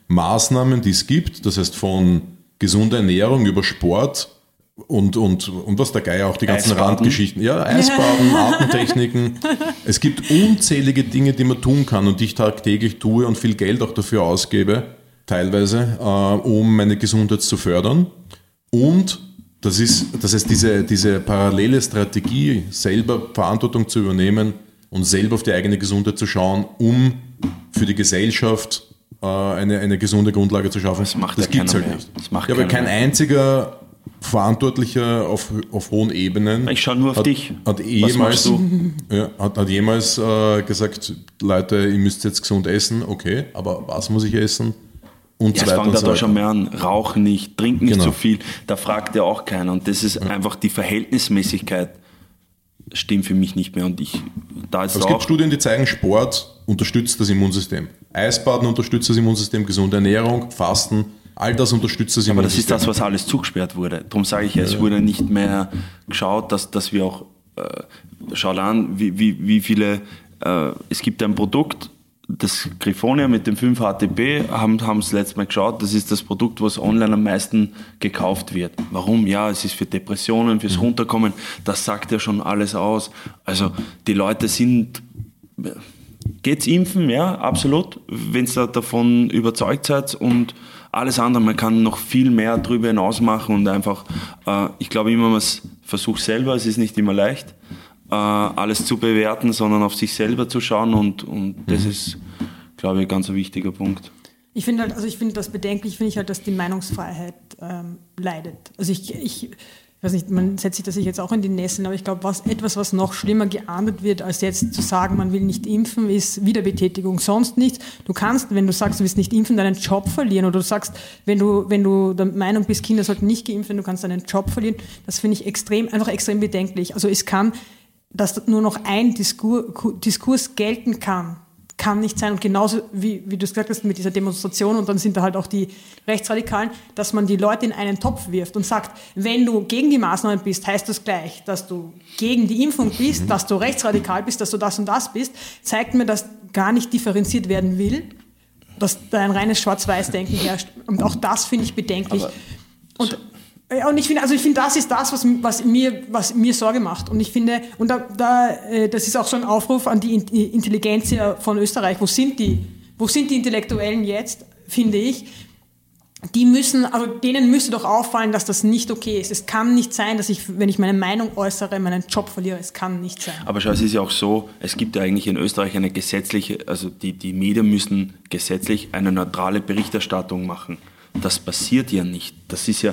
Maßnahmen, die es gibt, das heißt von gesunder Ernährung über Sport und was der Geier auch, die ganzen Randgeschichten. Ja, Eisbaden, Atemtechniken. Es gibt unzählige Dinge, die man tun kann und die ich tagtäglich tue und viel Geld auch dafür ausgebe, teilweise, um meine Gesundheit zu fördern. Und das heißt, diese parallele Strategie, selber Verantwortung zu übernehmen und selber auf die eigene Gesundheit zu schauen, um für die Gesellschaft eine gesunde Grundlage zu schaffen, das gibt es halt nicht. Aber kein einziger Verantwortlicher auf hohen Ebenen. Ich schaue nur auf dich. Hat jemals gesagt, Leute, ihr müsst jetzt gesund essen, okay, aber was muss ich essen? Und so weiter. Es fängt da schon mehr an, rauch nicht, trink nicht zu viel, da fragt ja auch keiner. Und das ist einfach die Verhältnismäßigkeit stimmt für mich nicht mehr. Und es gibt Studien, die zeigen, Sport unterstützt das Immunsystem. Eisbaden unterstützt das Immunsystem, gesunde Ernährung, Fasten, all das unterstützt das Immunsystem. Aber das ist das, was alles zugesperrt wurde. Darum sage ich, es wurde nicht mehr geschaut, dass wir auch, schaut an, wie viele, es gibt ein Produkt, das Griffonia mit dem 5-HTP, haben es letztes Mal geschaut, das ist das Produkt, was online am meisten gekauft wird. Warum? Ja, es ist für Depressionen, fürs Runterkommen, das sagt ja schon alles aus. Also die Leute geht's impfen? Ja, absolut, wenn ihr davon überzeugt seid und alles andere, man kann noch viel mehr drüber hinaus machen und einfach, ich glaube immer, man versucht selber, es ist nicht immer leicht, alles zu bewerten, sondern auf sich selber zu schauen und das ist, glaube ich, ein ganz wichtiger Punkt. Ich finde das bedenklich, dass die Meinungsfreiheit leidet. Also ich weiß nicht, man setzt sich das jetzt auch in die Nesseln, aber ich glaube, was noch schlimmer geahndet wird, als jetzt zu sagen, man will nicht impfen, ist Wiederbetätigung, sonst nichts. Du kannst, wenn du sagst, du willst nicht impfen, deinen Job verlieren, oder du sagst, wenn du der Meinung bist, Kinder sollten nicht geimpft werden, du kannst deinen Job verlieren. Das finde ich extrem bedenklich. Also es kann, dass nur noch ein Diskurs gelten kann nicht sein. Und genauso wie du es gesagt hast mit dieser Demonstration, und dann sind da halt auch die Rechtsradikalen, dass man die Leute in einen Topf wirft und sagt, wenn du gegen die Maßnahmen bist, heißt das gleich, dass du gegen die Impfung bist, dass du rechtsradikal bist, dass du das und das bist, zeigt mir, dass gar nicht differenziert werden will, dass da ein reines Schwarz-Weiß-Denken herrscht. Und auch das finde ich bedenklich. Und ich finde, das ist das, was mir Sorge macht. Und ich finde, das ist auch so ein Aufruf an die Intelligenz von Österreich. Wo sind die Intellektuellen jetzt, finde ich? Denen müsste doch auffallen, dass das nicht okay ist. Es kann nicht sein, dass wenn ich meine Meinung äußere, meinen Job verliere. Es kann nicht sein. Aber schau, es ist ja auch so, es gibt ja eigentlich in Österreich eine gesetzliche, also die Medien müssen gesetzlich eine neutrale Berichterstattung machen. Das passiert ja nicht. Das ist ja,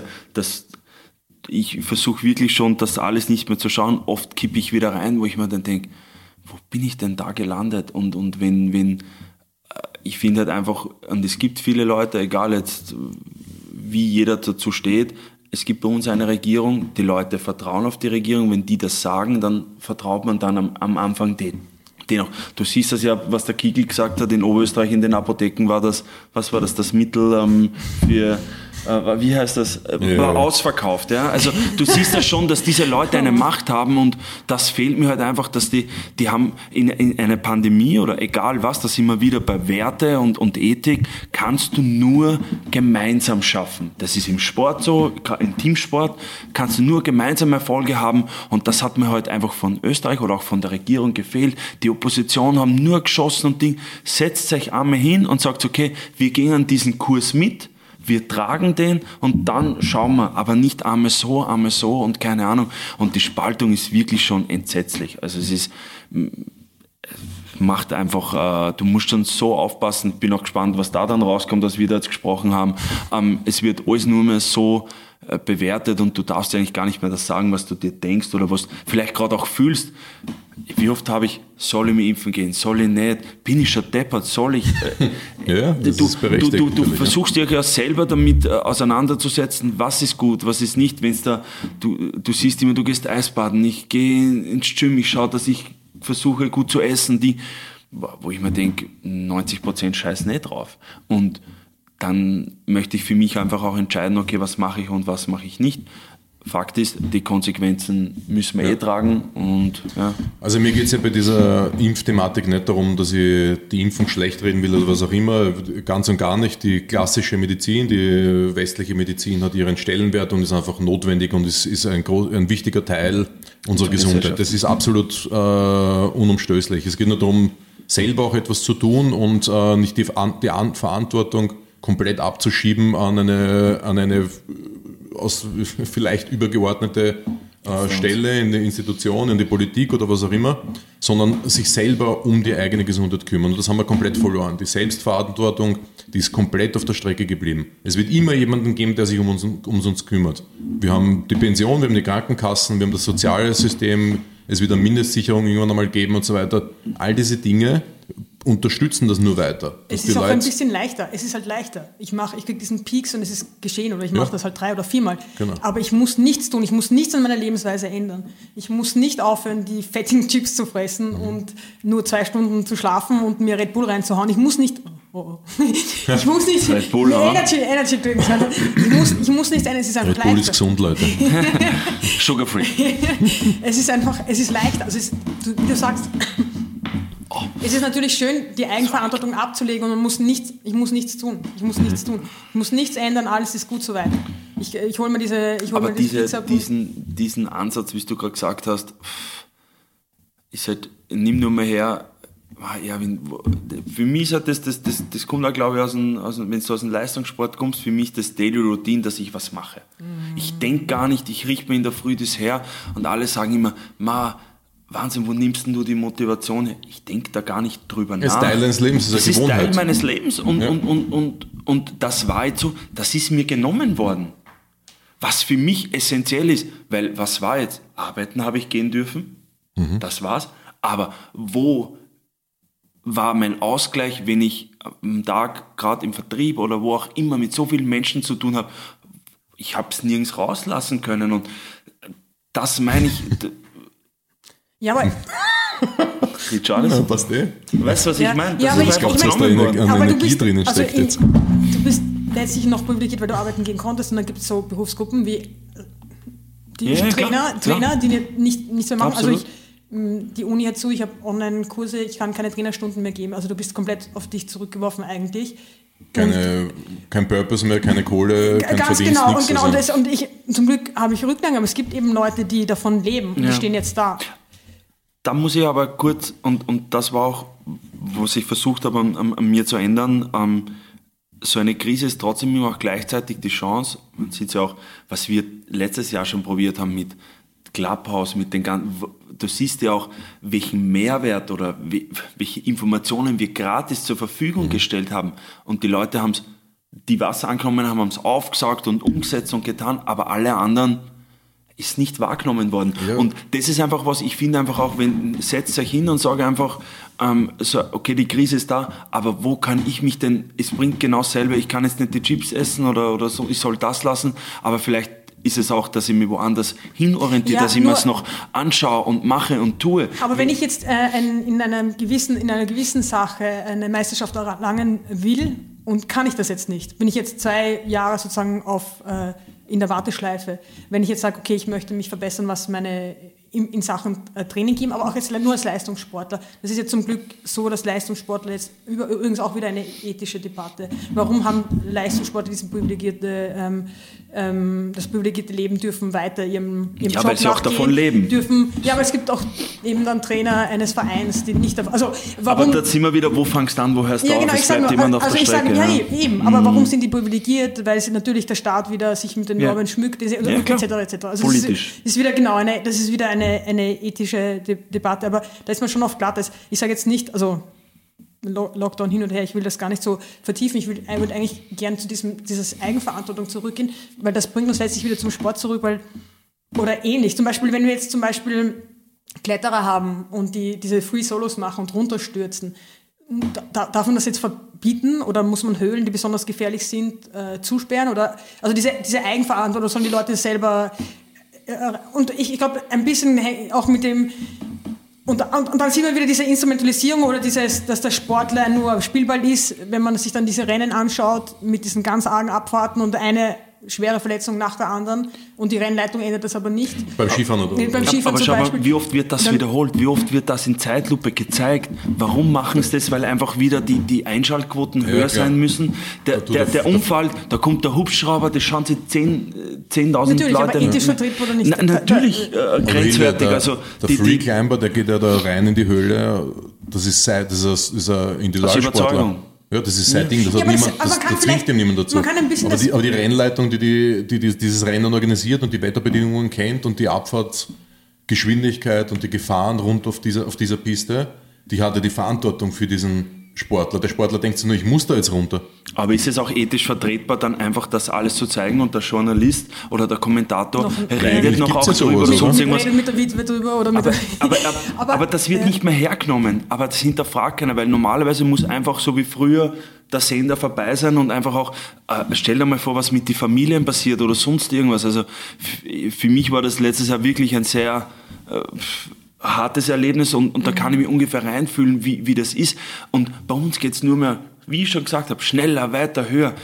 ich versuche wirklich schon, das alles nicht mehr zu schauen. Oft kippe ich wieder rein, wo ich mir dann denke, wo bin ich denn da gelandet? Und wenn ich finde halt einfach, und es gibt viele Leute, egal jetzt, wie jeder dazu steht, es gibt bei uns eine Regierung, die Leute vertrauen auf die Regierung, wenn die das sagen, dann vertraut man dann am Anfang dennoch. Du siehst das ja, was der Kickl gesagt hat, in Oberösterreich in den Apotheken war das Mittel für, wie heißt das, war ausverkauft. Ja? Also du siehst ja schon, dass diese Leute eine Macht haben und das fehlt mir halt einfach, dass die haben in einer Pandemie oder egal was, da sind wir wieder bei Werte und Ethik, kannst du nur gemeinsam schaffen. Das ist im Sport so, im Teamsport kannst du nur gemeinsam Erfolge haben und das hat mir heute einfach von Österreich oder auch von der Regierung gefehlt. Die Opposition haben nur geschossen und setzt euch einmal hin und sagt, okay, wir gehen an diesen Kurs mit, wir tragen den und dann schauen wir, aber nicht einmal so und keine Ahnung. Und die Spaltung ist wirklich schon entsetzlich. Also macht einfach, du musst schon so aufpassen. Ich bin auch gespannt, was da dann rauskommt, was wir da jetzt gesprochen haben. Es wird alles nur mehr so bewertet und du darfst ja eigentlich gar nicht mehr das sagen, was du dir denkst oder was vielleicht gerade auch fühlst. Wie oft habe ich, soll ich mich impfen gehen, soll ich nicht, bin ich schon deppert, soll ich? Ja, das ist berechtigt. Du versuchst dich ja selber damit auseinanderzusetzen, was ist gut, was ist nicht. Wenn's du siehst immer, du gehst Eisbaden, ich gehe ins Gym, ich schaue, dass ich versuche gut zu essen, wo ich mir denke, 90% scheiß nicht drauf. Und dann möchte ich für mich einfach auch entscheiden, okay, was mache ich und was mache ich nicht. Fakt ist, die Konsequenzen müssen wir tragen. Und, ja. Also mir geht es ja bei dieser Impfthematik nicht darum, dass ich die Impfung schlecht reden will oder was auch immer. Ganz und gar nicht. Die klassische Medizin, die westliche Medizin hat ihren Stellenwert und ist einfach notwendig und ist ein wichtiger Teil unserer Gesundheit. Das ist absolut unumstößlich. Es geht nur darum, selber auch etwas zu tun und nicht die Verantwortung komplett abzuschieben an eine aus vielleicht übergeordnete Stelle in der Institution, in die Politik oder was auch immer, sondern sich selber um die eigene Gesundheit kümmern. Und das haben wir komplett verloren. Die Selbstverantwortung, die ist komplett auf der Strecke geblieben. Es wird immer jemanden geben, der sich um uns kümmert. Wir haben die Pension, wir haben die Krankenkassen, wir haben das soziale System, es wird eine Mindestsicherung irgendwann einmal geben und so weiter. All diese Dinge unterstützen das nur weiter. Es ist auch ein bisschen leichter. Es ist halt leichter. Ich kriege diesen Peaks und es ist geschehen oder ich mache das halt 3 oder 4 Mal. Genau. Aber ich muss nichts tun. Ich muss nichts an meiner Lebensweise ändern. Ich muss nicht aufhören, die fettigen Chips zu fressen und nur 2 Stunden zu schlafen und mir Red Bull reinzuhauen. Ich muss nicht... Ich muss nicht... Red Bull, Energy Drinks. Ich muss nichts ändern. Es ist einfach Red Bull ist gesund, Leute. Sugar free. Es ist leichter. Also wie du sagst... Es ist natürlich schön, die Eigenverantwortung abzulegen und ich muss nichts tun. Ich muss nichts ändern, alles ist gut soweit. Ich hole mir diesen Ansatz, wie du gerade gesagt hast, ist halt, nimm nur mal her, ja, für mich ist halt das kommt auch, glaube ich, wenn du aus dem Leistungssport kommst, für mich das Daily Routine, dass ich was mache. Ich denke gar nicht, ich richte mir in der Früh das her und alle sagen immer, Wahnsinn, wo nimmst denn du die Motivation her? Ich denke da gar nicht drüber nach. Es ist Teil deines Lebens, das ist Teil meines Lebens und das war jetzt so, das ist mir genommen worden. Was für mich essentiell ist, weil was war jetzt? Arbeiten habe ich gehen dürfen, das war's. Aber wo war mein Ausgleich, wenn ich am Tag, gerade im Vertrieb oder wo auch immer, mit so vielen Menschen zu tun habe? Ich habe es nirgends rauslassen können und das meine ich... Ja, aber... Ja, passt eh. Weißt du, was ich meine? Ja, aber ich glaube, dass da eine Energie drinnen steckt jetzt. Du bist letztlich noch privilegiert, weil du arbeiten gehen konntest und dann gibt es so Berufsgruppen wie die Trainer, die nichts mehr machen. Absolut. Also die Uni hat ich habe Online-Kurse, ich kann keine Trainerstunden mehr geben. Also du bist komplett auf dich zurückgeworfen eigentlich. Kein Purpose mehr, keine Kohle, kein ganz Verdienst, genau, nichts. Und ich, zum Glück habe ich Rückgang, aber es gibt eben Leute, die davon leben und die stehen jetzt da. Da muss ich aber kurz, und das war auch, was ich versucht habe an mir zu ändern, so eine Krise ist trotzdem immer auch gleichzeitig die Chance, man sieht ja auch, was wir letztes Jahr schon probiert haben mit Clubhouse, mit den ganzen, du siehst ja auch, welchen Mehrwert oder welche Informationen wir gratis zur Verfügung gestellt haben und die Leute haben es, die was angenommen haben, haben es aufgesaugt und umgesetzt und getan, aber alle anderen ist nicht wahrgenommen worden. Ja. Und das ist einfach was, ich finde einfach auch, setzt euch hin und sage einfach, okay, die Krise ist da, aber wo kann ich mich denn, es bringt genau selber, ich kann jetzt nicht die Chips essen oder so, ich soll das lassen, aber vielleicht ist es auch, dass ich mich woanders hinorientiere, dass ich mir es noch anschaue und mache und tue. Aber wenn ich jetzt in einer gewissen Sache eine Meisterschaft erlangen will und kann ich das jetzt nicht, bin ich jetzt 2 Jahre sozusagen in der Warteschleife. Wenn ich jetzt sage, okay, ich möchte mich verbessern, was in Sachen Training geben, aber auch jetzt nur als Leistungssportler. Das ist jetzt zum Glück so, dass Leistungssportler jetzt übrigens auch wieder eine ethische Debatte. Warum haben Leistungssportler das privilegierte Leben, dürfen weiter ihrem Job nachgehen? Weil sie auch davon leben. Ja, aber es gibt auch eben dann Trainer eines Vereins, die nicht davon... Also, aber da sind wir wieder, wo fängst du an, wo hörst du auf? Genau, es bleibt jemand auf der Strecke. Aber warum sind die privilegiert? Weil natürlich der Staat wieder sich mit den Normen schmückt, etc. Also politisch. Das ist wieder eine ethische Debatte, aber da ist man schon auf Glattes. Ich sage jetzt nicht, also Lockdown hin und her, ich will das gar nicht so vertiefen, ich würde eigentlich gern zu dieses Eigenverantwortung zurückgehen, weil das bringt uns letztlich wieder zum Sport zurück, oder ähnlich. Zum Beispiel, wenn wir jetzt zum Beispiel Kletterer haben und die diese Free Solos machen und runterstürzen, darf man das jetzt verbieten oder muss man Höhlen, die besonders gefährlich sind, zusperren? Oder, also diese Eigenverantwortung sollen die Leute selber... Und ich glaube, ein bisschen auch mit dem... Und dann sieht man wieder diese Instrumentalisierung oder dass der Sportler nur Spielball ist, wenn man sich dann diese Rennen anschaut mit diesen ganz argen Abfahrten und eine schwere Verletzung nach der anderen und die Rennleitung ändert das aber nicht. Beim Skifahren oder? Beim Skifahren aber zum schau Beispiel. mal, wie oft wird das wiederholt? Wie oft wird das in Zeitlupe gezeigt? Warum machen sie das? Weil einfach wieder die Einschaltquoten höher sein müssen. Der Unfall, da kommt der Hubschrauber, das schauen sie 10.000 natürlich, Leute. Aber ethisch vertretbar oder nicht? Natürlich grenzwertig. Der Free Climber, der geht ja da rein in die Höhle. Das ist ein Individualsportler. Ja, das ist sein Ding, das zwingt ihm niemand dazu. Man kann ein bisschen aber die Rennleitung, die dieses Rennen organisiert und die Wetterbedingungen kennt und die Abfahrtsgeschwindigkeit und die Gefahren rund auf dieser Piste, die hat ja die Verantwortung für diesen Sportler. Der Sportler denkt sich nur, ich muss da jetzt runter. Aber ist es auch ethisch vertretbar, dann einfach das alles zu zeigen und der Journalist oder der Kommentator redet noch auch drüber oder sonst irgendwas? Mit der Witwe drüber oder mit aber das wird nicht mehr hergenommen. Aber das hinterfragt keiner, weil normalerweise muss einfach so wie früher der Sender vorbei sein und einfach auch, stell dir mal vor, was mit den Familien passiert oder sonst irgendwas. Also für mich war das letztes Jahr wirklich ein sehr hartes Erlebnis und da kann ich mich ungefähr reinfühlen, wie das ist. Und bei uns geht es nur mehr, wie ich schon gesagt habe, schneller, weiter, höher.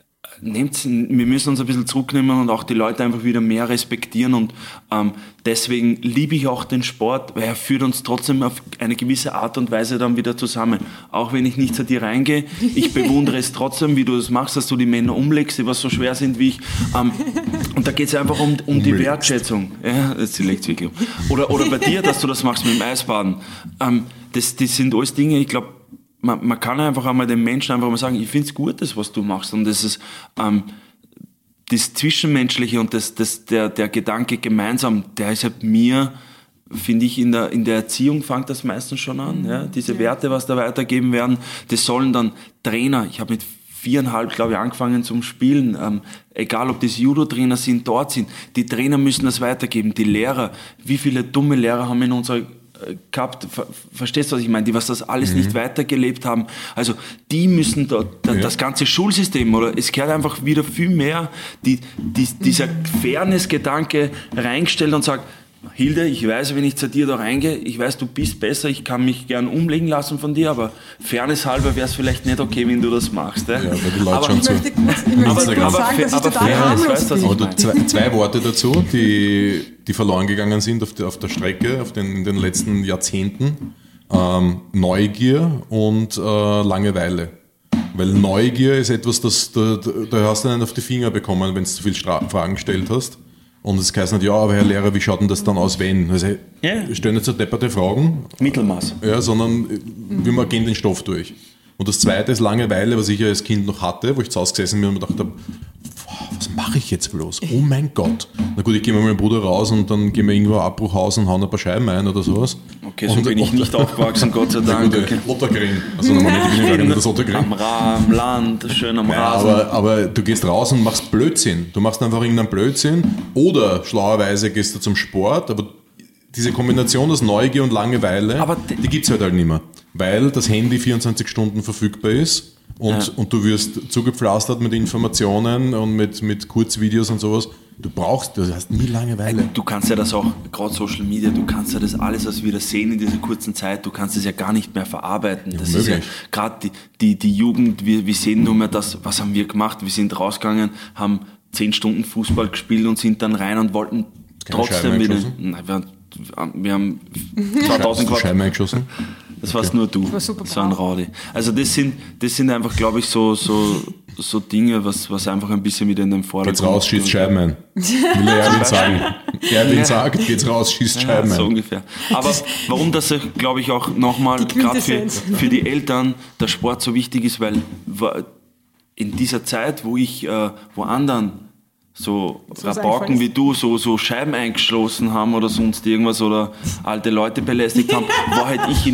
Wir müssen uns ein bisschen zurücknehmen und auch die Leute einfach wieder mehr respektieren und deswegen liebe ich auch den Sport, weil er führt uns trotzdem auf eine gewisse Art und Weise dann wieder zusammen. Auch wenn ich nicht zu dir reingehe, ich bewundere es trotzdem, wie du das machst, dass du die Männer umlegst, die was so schwer sind wie ich. Und da geht es einfach um die Wertschätzung. Ja, sie legt wirklich um. Oder bei dir, dass du das machst mit dem Eisbaden. Das sind alles Dinge, ich glaube, man kann einfach einmal den Menschen einfach mal sagen, ich finde es gut, das, was du machst. Und das ist das Zwischenmenschliche und der Gedanke gemeinsam, der ist halt mir, finde ich, in der Erziehung fängt das meistens schon an. Ja? Diese Werte, was da weitergeben werden, das sollen dann Trainer, ich habe mit 4,5, glaube ich, angefangen zum Spielen, egal ob das Judo-Trainer sind, dort sind, die Trainer müssen das weitergeben, die Lehrer, wie viele dumme Lehrer haben in unserer gehabt, verstehst du, was ich meine, die was das alles nicht weitergelebt haben, also die müssen das ganze Schulsystem, oder es gehört einfach wieder viel mehr dieser Fairness-Gedanke reingestellt und sagt, Hilde, ich weiß, wenn ich zu dir da reingehe, ich weiß, du bist besser, ich kann mich gern umlegen lassen von dir, aber Fairness halber wäre es vielleicht nicht okay, wenn du das machst. Ja, weil die Leute schon ich möchte kurz sagen, dass ich total harmlos bin. Aber zwei Worte dazu, die verloren gegangen sind auf der Strecke in den letzten Jahrzehnten. Neugier und Langeweile. Weil Neugier ist etwas, da hast du einen auf die Finger bekommen, wenn du zu viele Fragen gestellt hast. Und es heißt nicht, ja, aber Herr Lehrer, wie schaut denn das dann aus, wenn? Also, wir stellen nicht so depperte Fragen. Mittelmaß. Ja, sondern wir gehen den Stoff durch. Und das Zweite ist Langeweile, was ich ja als Kind noch hatte, wo ich zu Hause gesessen bin und mir gedacht habe, was mache ich jetzt bloß? Oh mein Gott. Na gut, ich gehe mit meinem Bruder raus und dann gehen wir irgendwo Abbruchhaus und hauen ein paar Scheiben ein oder sowas. Okay, so bin ich nicht aufgewachsen, Gott sei Dank. Okay. Otterkring. Also normalerweise bin ich gar nicht das Otterkring. Am Land, schön am Rasen. Aber du gehst raus und machst Blödsinn. Du machst einfach irgendeinen Blödsinn oder schlauerweise gehst du zum Sport, aber diese Kombination aus Neugier und Langeweile, die gibt es halt nicht mehr. Weil das Handy 24 Stunden verfügbar ist und du wirst zugepflastert mit Informationen und mit Kurzvideos und sowas. Du hast nie Langeweile. Du kannst ja das auch, gerade Social Media, du kannst ja das alles, was wir da sehen in dieser kurzen Zeit, du kannst es ja gar nicht mehr verarbeiten. Ja, das möglich. Ist ja gerade die Jugend, wir sehen nur mehr das, was haben wir gemacht, wir sind rausgegangen, haben 10 Stunden Fußball gespielt und sind dann rein und wollten trotzdem wieder... Wir haben 2000 Scheiben eingeschossen. Das warst nur du. Das war ein Raudi. Also das sind einfach, glaube ich, so Dinge, was einfach ein bisschen wieder in den Vordergrund... Geht's raus, schießt Scheiben ein. Will Erwin sagen. Erwin sagt, geht's raus, schießt Scheiben ein. So ungefähr. Aber warum das, glaube ich, auch nochmal, gerade für die Eltern, der Sport so wichtig ist, weil in dieser Zeit, wo anderen so Rabauken wie du so Scheiben eingeschlossen haben oder sonst irgendwas oder alte Leute belästigt haben, war halt ich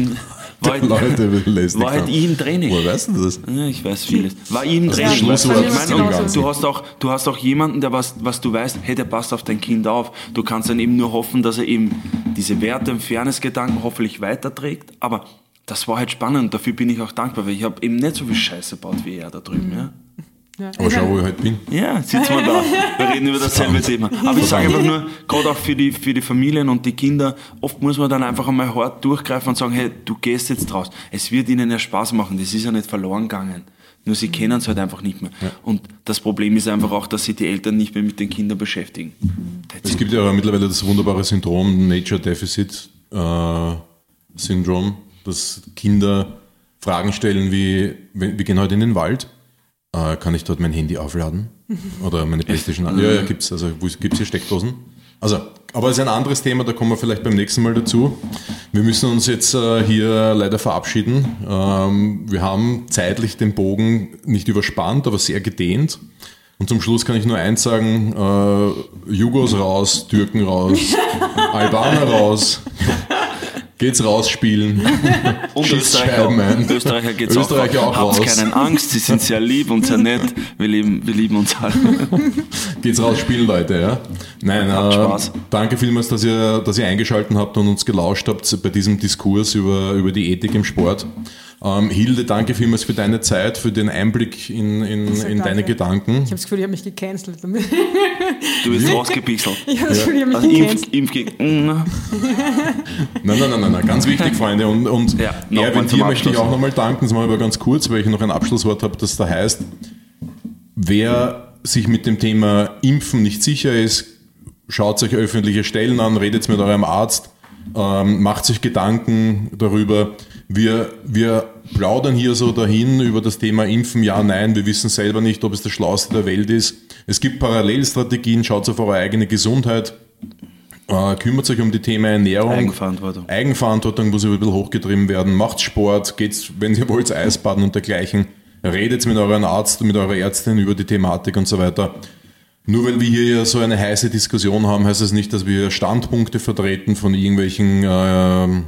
im Training. Woher weißt du das? Ja, ich weiß vieles. War ich im Training. Du hast auch jemanden, der was du weißt, hey, der passt auf dein Kind auf. Du kannst dann eben nur hoffen, dass er eben diese Werte und Fairness-Gedanken hoffentlich weiterträgt. Aber das war halt spannend und dafür bin ich auch dankbar, weil ich habe eben nicht so viel Scheiße gebaut wie er da drüben. Ja. Ja. Aber schau, wo ich heute bin. Ja, sitzen wir da. Wir reden über dasselbe Thema. Aber ich sage einfach nur, gerade auch für die Familien und die Kinder, oft muss man dann einfach einmal hart durchgreifen und sagen, hey, du gehst jetzt raus. Es wird ihnen ja Spaß machen, das ist ja nicht verloren gegangen. Nur sie kennen es halt einfach nicht mehr. Ja. Und das Problem ist einfach auch, dass sich die Eltern nicht mehr mit den Kindern beschäftigen. Es gibt ja mittlerweile das wunderbare Syndrom Nature Deficit Syndrom, dass Kinder Fragen stellen wie, wir gehen heute in den Wald, kann ich dort mein Handy aufladen? Oder meine Playstation? Ja, gibt's. Also gibt's hier Steckdosen? Also, aber es ist ein anderes Thema, da kommen wir vielleicht beim nächsten Mal dazu. Wir müssen uns jetzt hier leider verabschieden. Wir haben zeitlich den Bogen nicht überspannt, aber sehr gedehnt. Und zum Schluss kann ich nur eins sagen, Jugos raus, Türken raus, Albaner raus. Geht's rausspielen. Und Österreicher geht's auch raus. Habt keine Angst, sie sind sehr lieb und sehr nett. Wir lieben uns alle. Geht's rausspielen, Leute, ja? Nein, Spaß. Danke vielmals, dass ihr eingeschaltet habt und uns gelauscht habt bei diesem Diskurs über die Ethik im Sport. Hilde, danke vielmals für deine Zeit, für den Einblick in deine Gedanken. Ich habe das Gefühl, ich habe mich gecancelt. Du bist rausgepixelt. Ich habe das Gefühl, ich habe mich gecancelt. Nein, ganz wichtig, Freunde. Und Erwin, dir möchte ich auch nochmal danken, das machen wir aber ganz kurz, weil ich noch ein Abschlusswort habe, das da heißt, wer sich mit dem Thema Impfen nicht sicher ist, schaut euch öffentliche Stellen an, redet mit eurem Arzt, macht sich Gedanken darüber. Wir plaudern hier so dahin über das Thema Impfen, ja, nein, wir wissen selber nicht, ob es das Schlauste der Welt ist. Es gibt Parallelstrategien, schaut auf eure eigene Gesundheit, kümmert euch um die Themen Ernährung. Eigenverantwortung muss ein bisschen hochgetrieben werden, macht Sport, geht, wenn ihr wollt, Eisbaden und dergleichen. Redet mit eurem Arzt, mit eurer Ärztin über die Thematik und so weiter. Nur weil wir hier ja so eine heiße Diskussion haben, heißt das nicht, dass wir Standpunkte vertreten von irgendwelchen...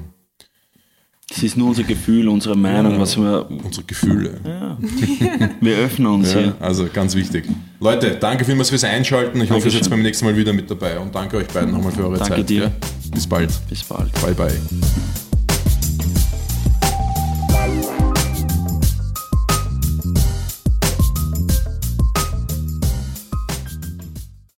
Es ist nur unser Gefühl, unsere Meinung, was wir... Unsere Gefühle. Ja. Wir öffnen uns hier. Also ganz wichtig. Leute, danke vielmals fürs Einschalten. Ich hoffe, ihr seid beim nächsten Mal wieder mit dabei. Und danke euch beiden nochmal für eure Zeit. Danke dir. Ja? Bis bald. Bis bald. Bye, bye.